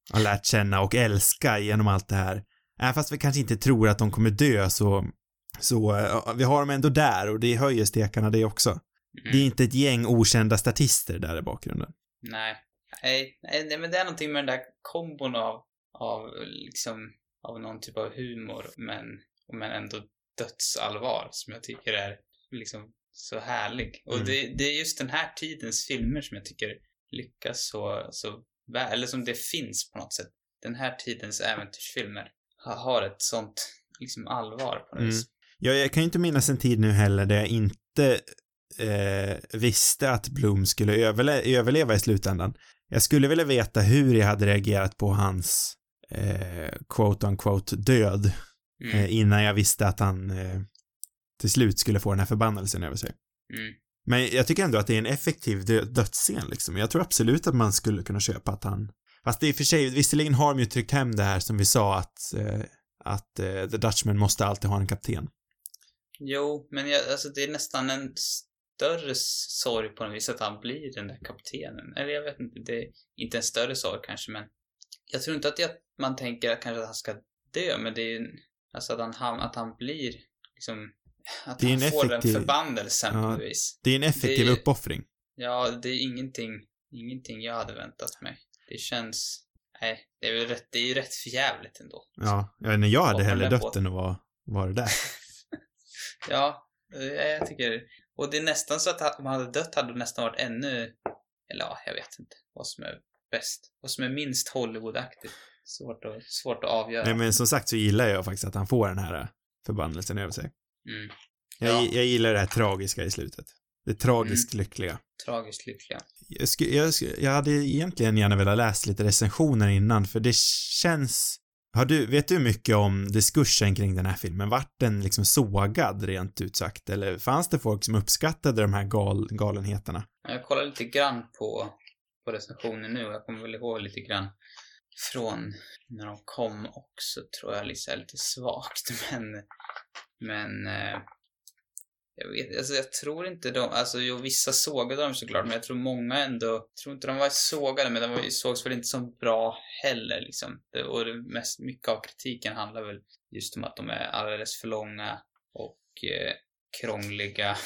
har lärt känna och älska genom allt det här. Även fast vi kanske inte tror att de kommer dö så, så uh, vi har dem ändå där och det höjer stekarna det också. Mm. Det är inte ett gäng okända statister där i bakgrunden. Nej, nej, nej men det är någonting med den där kombon av, av liksom, av någon typ av humor men, men ändå dödsallvar som jag tycker är liksom så härlig. Och mm. det, det är just den här tidens filmer som jag tycker lyckas så, så väl, eller som det finns på något sätt. Den här tidens äventyrsfilmer har ett sånt liksom allvar på något vis. Mm. Ja, jag kan ju inte minnas en tid nu heller där jag inte eh, visste att Bloom skulle överle- överleva i slutändan. Jag skulle vilja veta hur jag hade reagerat på hans eh, quote on quote död mm. eh, innan jag visste att han eh, till slut skulle få den här förbannelsen över sig. Mm. Men jag tycker ändå att det är en effektiv dö- dödsscen liksom. Jag tror absolut att man skulle kunna köpa att han... Fast det är för sig, visserligen har de ju tryckt hem det här som vi sa att, eh, att eh, The Dutchman måste alltid ha en kapten. Jo, men jag, alltså det är nästan en större sorg på något vis att han blir den där kaptenen. Eller jag vet inte, det är inte en större sorg kanske, men jag tror inte att jag, man tänker att kanske att han ska dö, men det är ju alltså att han, att han blir liksom, att han får effektiv, den förbannelsen ja, på något vis. Det är en effektiv det är, uppoffring. Ja, det är ingenting, ingenting jag hade väntat mig. Det känns, nej, det är ju rätt, det är ju rätt förjävligt ändå. Ja, ja när jag hade hellre dött än att vara, vara det där. Ja, jag tycker, och det är nästan så att om han hade dött hade det nästan varit ännu, eller ja, jag vet inte vad som är bäst, vad som är minst Hollywood-aktigt. Svårt att, svårt att avgöra. Nej, men som sagt så gillar jag faktiskt att han får den här förbannelsen över sig. Mm. Ja. Jag, jag gillar det här tragiska i slutet. Det tragiskt mm. lyckliga. Tragiskt lyckliga. Jag, sku, jag, jag hade egentligen gärna velat läsa lite recensioner innan, för det känns... Har du, vet du mycket om diskursen kring den här filmen? Vart den liksom sågad rent utsagt? Eller fanns det folk som uppskattade de här gal, galenheterna? Jag kollar lite grann på, på recensionen nu och jag kommer väl ihåg lite grann från när de kom också, tror jag, lite, lite svagt. Men, men eh, jag vet, alltså jag tror inte de, alltså jo, vissa sågade dem såklart, men jag tror många ändå, jag tror inte de var sågade, men de var, sågs väl inte så bra heller liksom. Det, och det mest, mycket av kritiken handlar väl just om att de är alldeles för långa och eh, krångliga.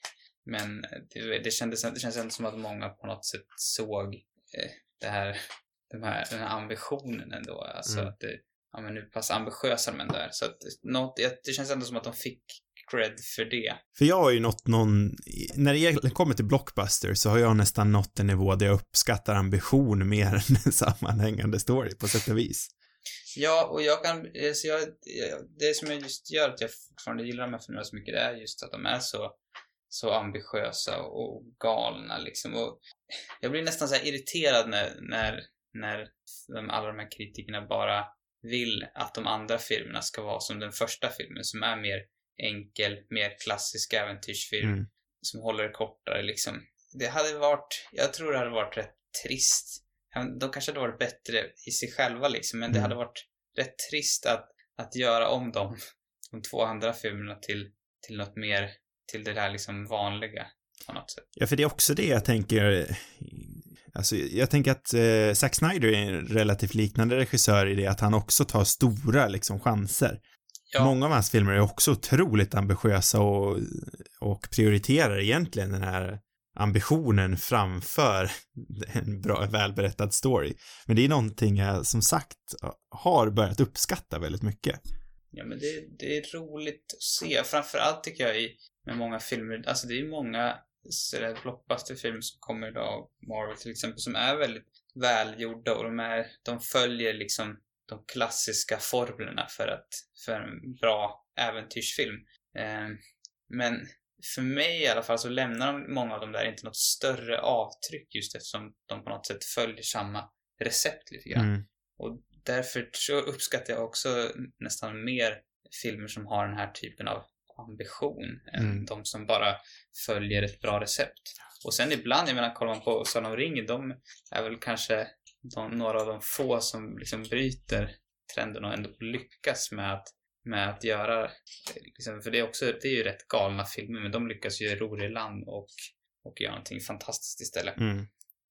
Men det, det, kändes, det känns ändå som att många på något sätt såg eh, det här, de här, den här ambitionen ändå. Alltså mm. att det, ja men nu pass ambitiösa de ändå är. Så att något, det känns ändå som att de fick cred för det. För jag har ju nått någon, när det kommer till blockbuster så har jag nästan nått en nivå där jag uppskattar ambition mer än en sammanhängande story på sätt och vis. Ja, och jag kan, så jag, det som jag just gör att jag fortfarande gillar de här filmerna så mycket, det är just att de är så så ambitiösa och galna liksom. Och jag blir nästan så här irriterad när, när, när de, alla de här kritikerna bara vill att de andra filmerna ska vara som den första filmen, som är mer enkel, mer klassisk äventyrsfilm mm. som håller kortare liksom. Det hade varit, jag tror det hade varit rätt trist. De kanske hade varit bättre i sig själva liksom, men mm. det hade varit rätt trist att, att göra om dem, de två andra filmerna till, till något mer, till det där liksom vanliga på något sätt. Ja, för det är också det jag tänker, alltså jag tänker att eh, Zack Snyder är en relativt liknande regissör i det att han också tar stora liksom chanser. Ja. Många av hans filmer är också otroligt ambitiösa och, och prioriterar egentligen den här ambitionen framför en bra, välberättad story. Men det är någonting jag som sagt har börjat uppskatta väldigt mycket. Ja, men det, det är roligt att se. Framförallt tycker jag i, med många filmer, alltså det är många sådär blockbusterfilmer som kommer idag, Marvel till exempel, som är väldigt välgjorda och de, är, de följer liksom de klassiska formlerna för, att, för en bra äventyrsfilm. Eh, men för mig i alla fall så lämnar de, många av dem där inte något större avtryck just eftersom de på något sätt följer samma recept lite grann. Mm. Och därför så uppskattar jag också nästan mer filmer som har den här typen av ambition än mm. de som bara följer ett bra recept. Och sen ibland, jag menar, kollar man på Sagan om ringen, de är väl kanske de, några av de få som liksom bryter trenden och ändå lyckas med att, med att göra liksom, för det är också, det är ju rätt galna filmer, men de lyckas ju ro i land och, och göra någonting fantastiskt istället. Mm.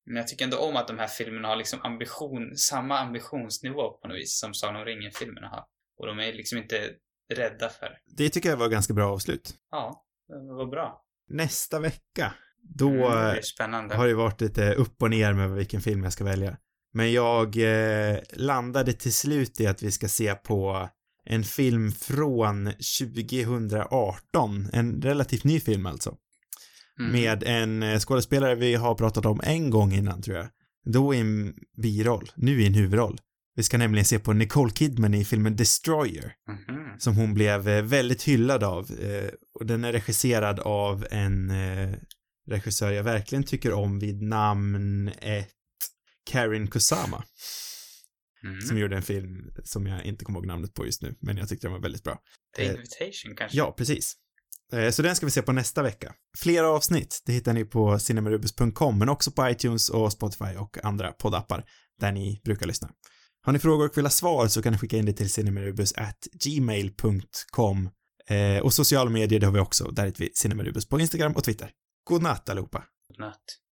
Men jag tycker ändå om att de här filmerna har liksom ambition, samma ambitionsnivå på något vis som Sagan om ringen-filmerna har. Och de är liksom inte rädda för. Det tycker jag var ganska bra avslut. Ja, det var bra. Nästa vecka, då Mm, det är spännande. har det varit lite upp och ner med vilken film jag ska välja. Men jag eh, landade till slut i att vi ska se på en film från tjugo arton. En relativt ny film alltså. Mm. Med en skådespelare vi har pratat om en gång innan, tror jag. Då i en biroll, nu i en huvudroll. Vi ska nämligen se på Nicole Kidman i filmen Destroyer. Mm-hmm. Som hon blev väldigt hyllad av. Och den är regisserad av en regissör jag verkligen tycker om vid namn ett Karin Kusama. Mm. Som gjorde en film som jag inte kommer ihåg namnet på just nu. Men jag tyckte den var väldigt bra. The Invitation kanske? Ja, precis. Så den ska vi se på nästa vecka. Flera avsnitt, det hittar ni på cinemarubus punkt com, men också på iTunes och Spotify och andra poddappar där ni brukar lyssna. Har ni frågor och vill ha svar så kan ni skicka in det till cinemarubus at gmail punkt com. Eh, och sociala medier, det har vi också. Där heter vi Cinemarubus på Instagram och Twitter. God natt allihopa. God natt.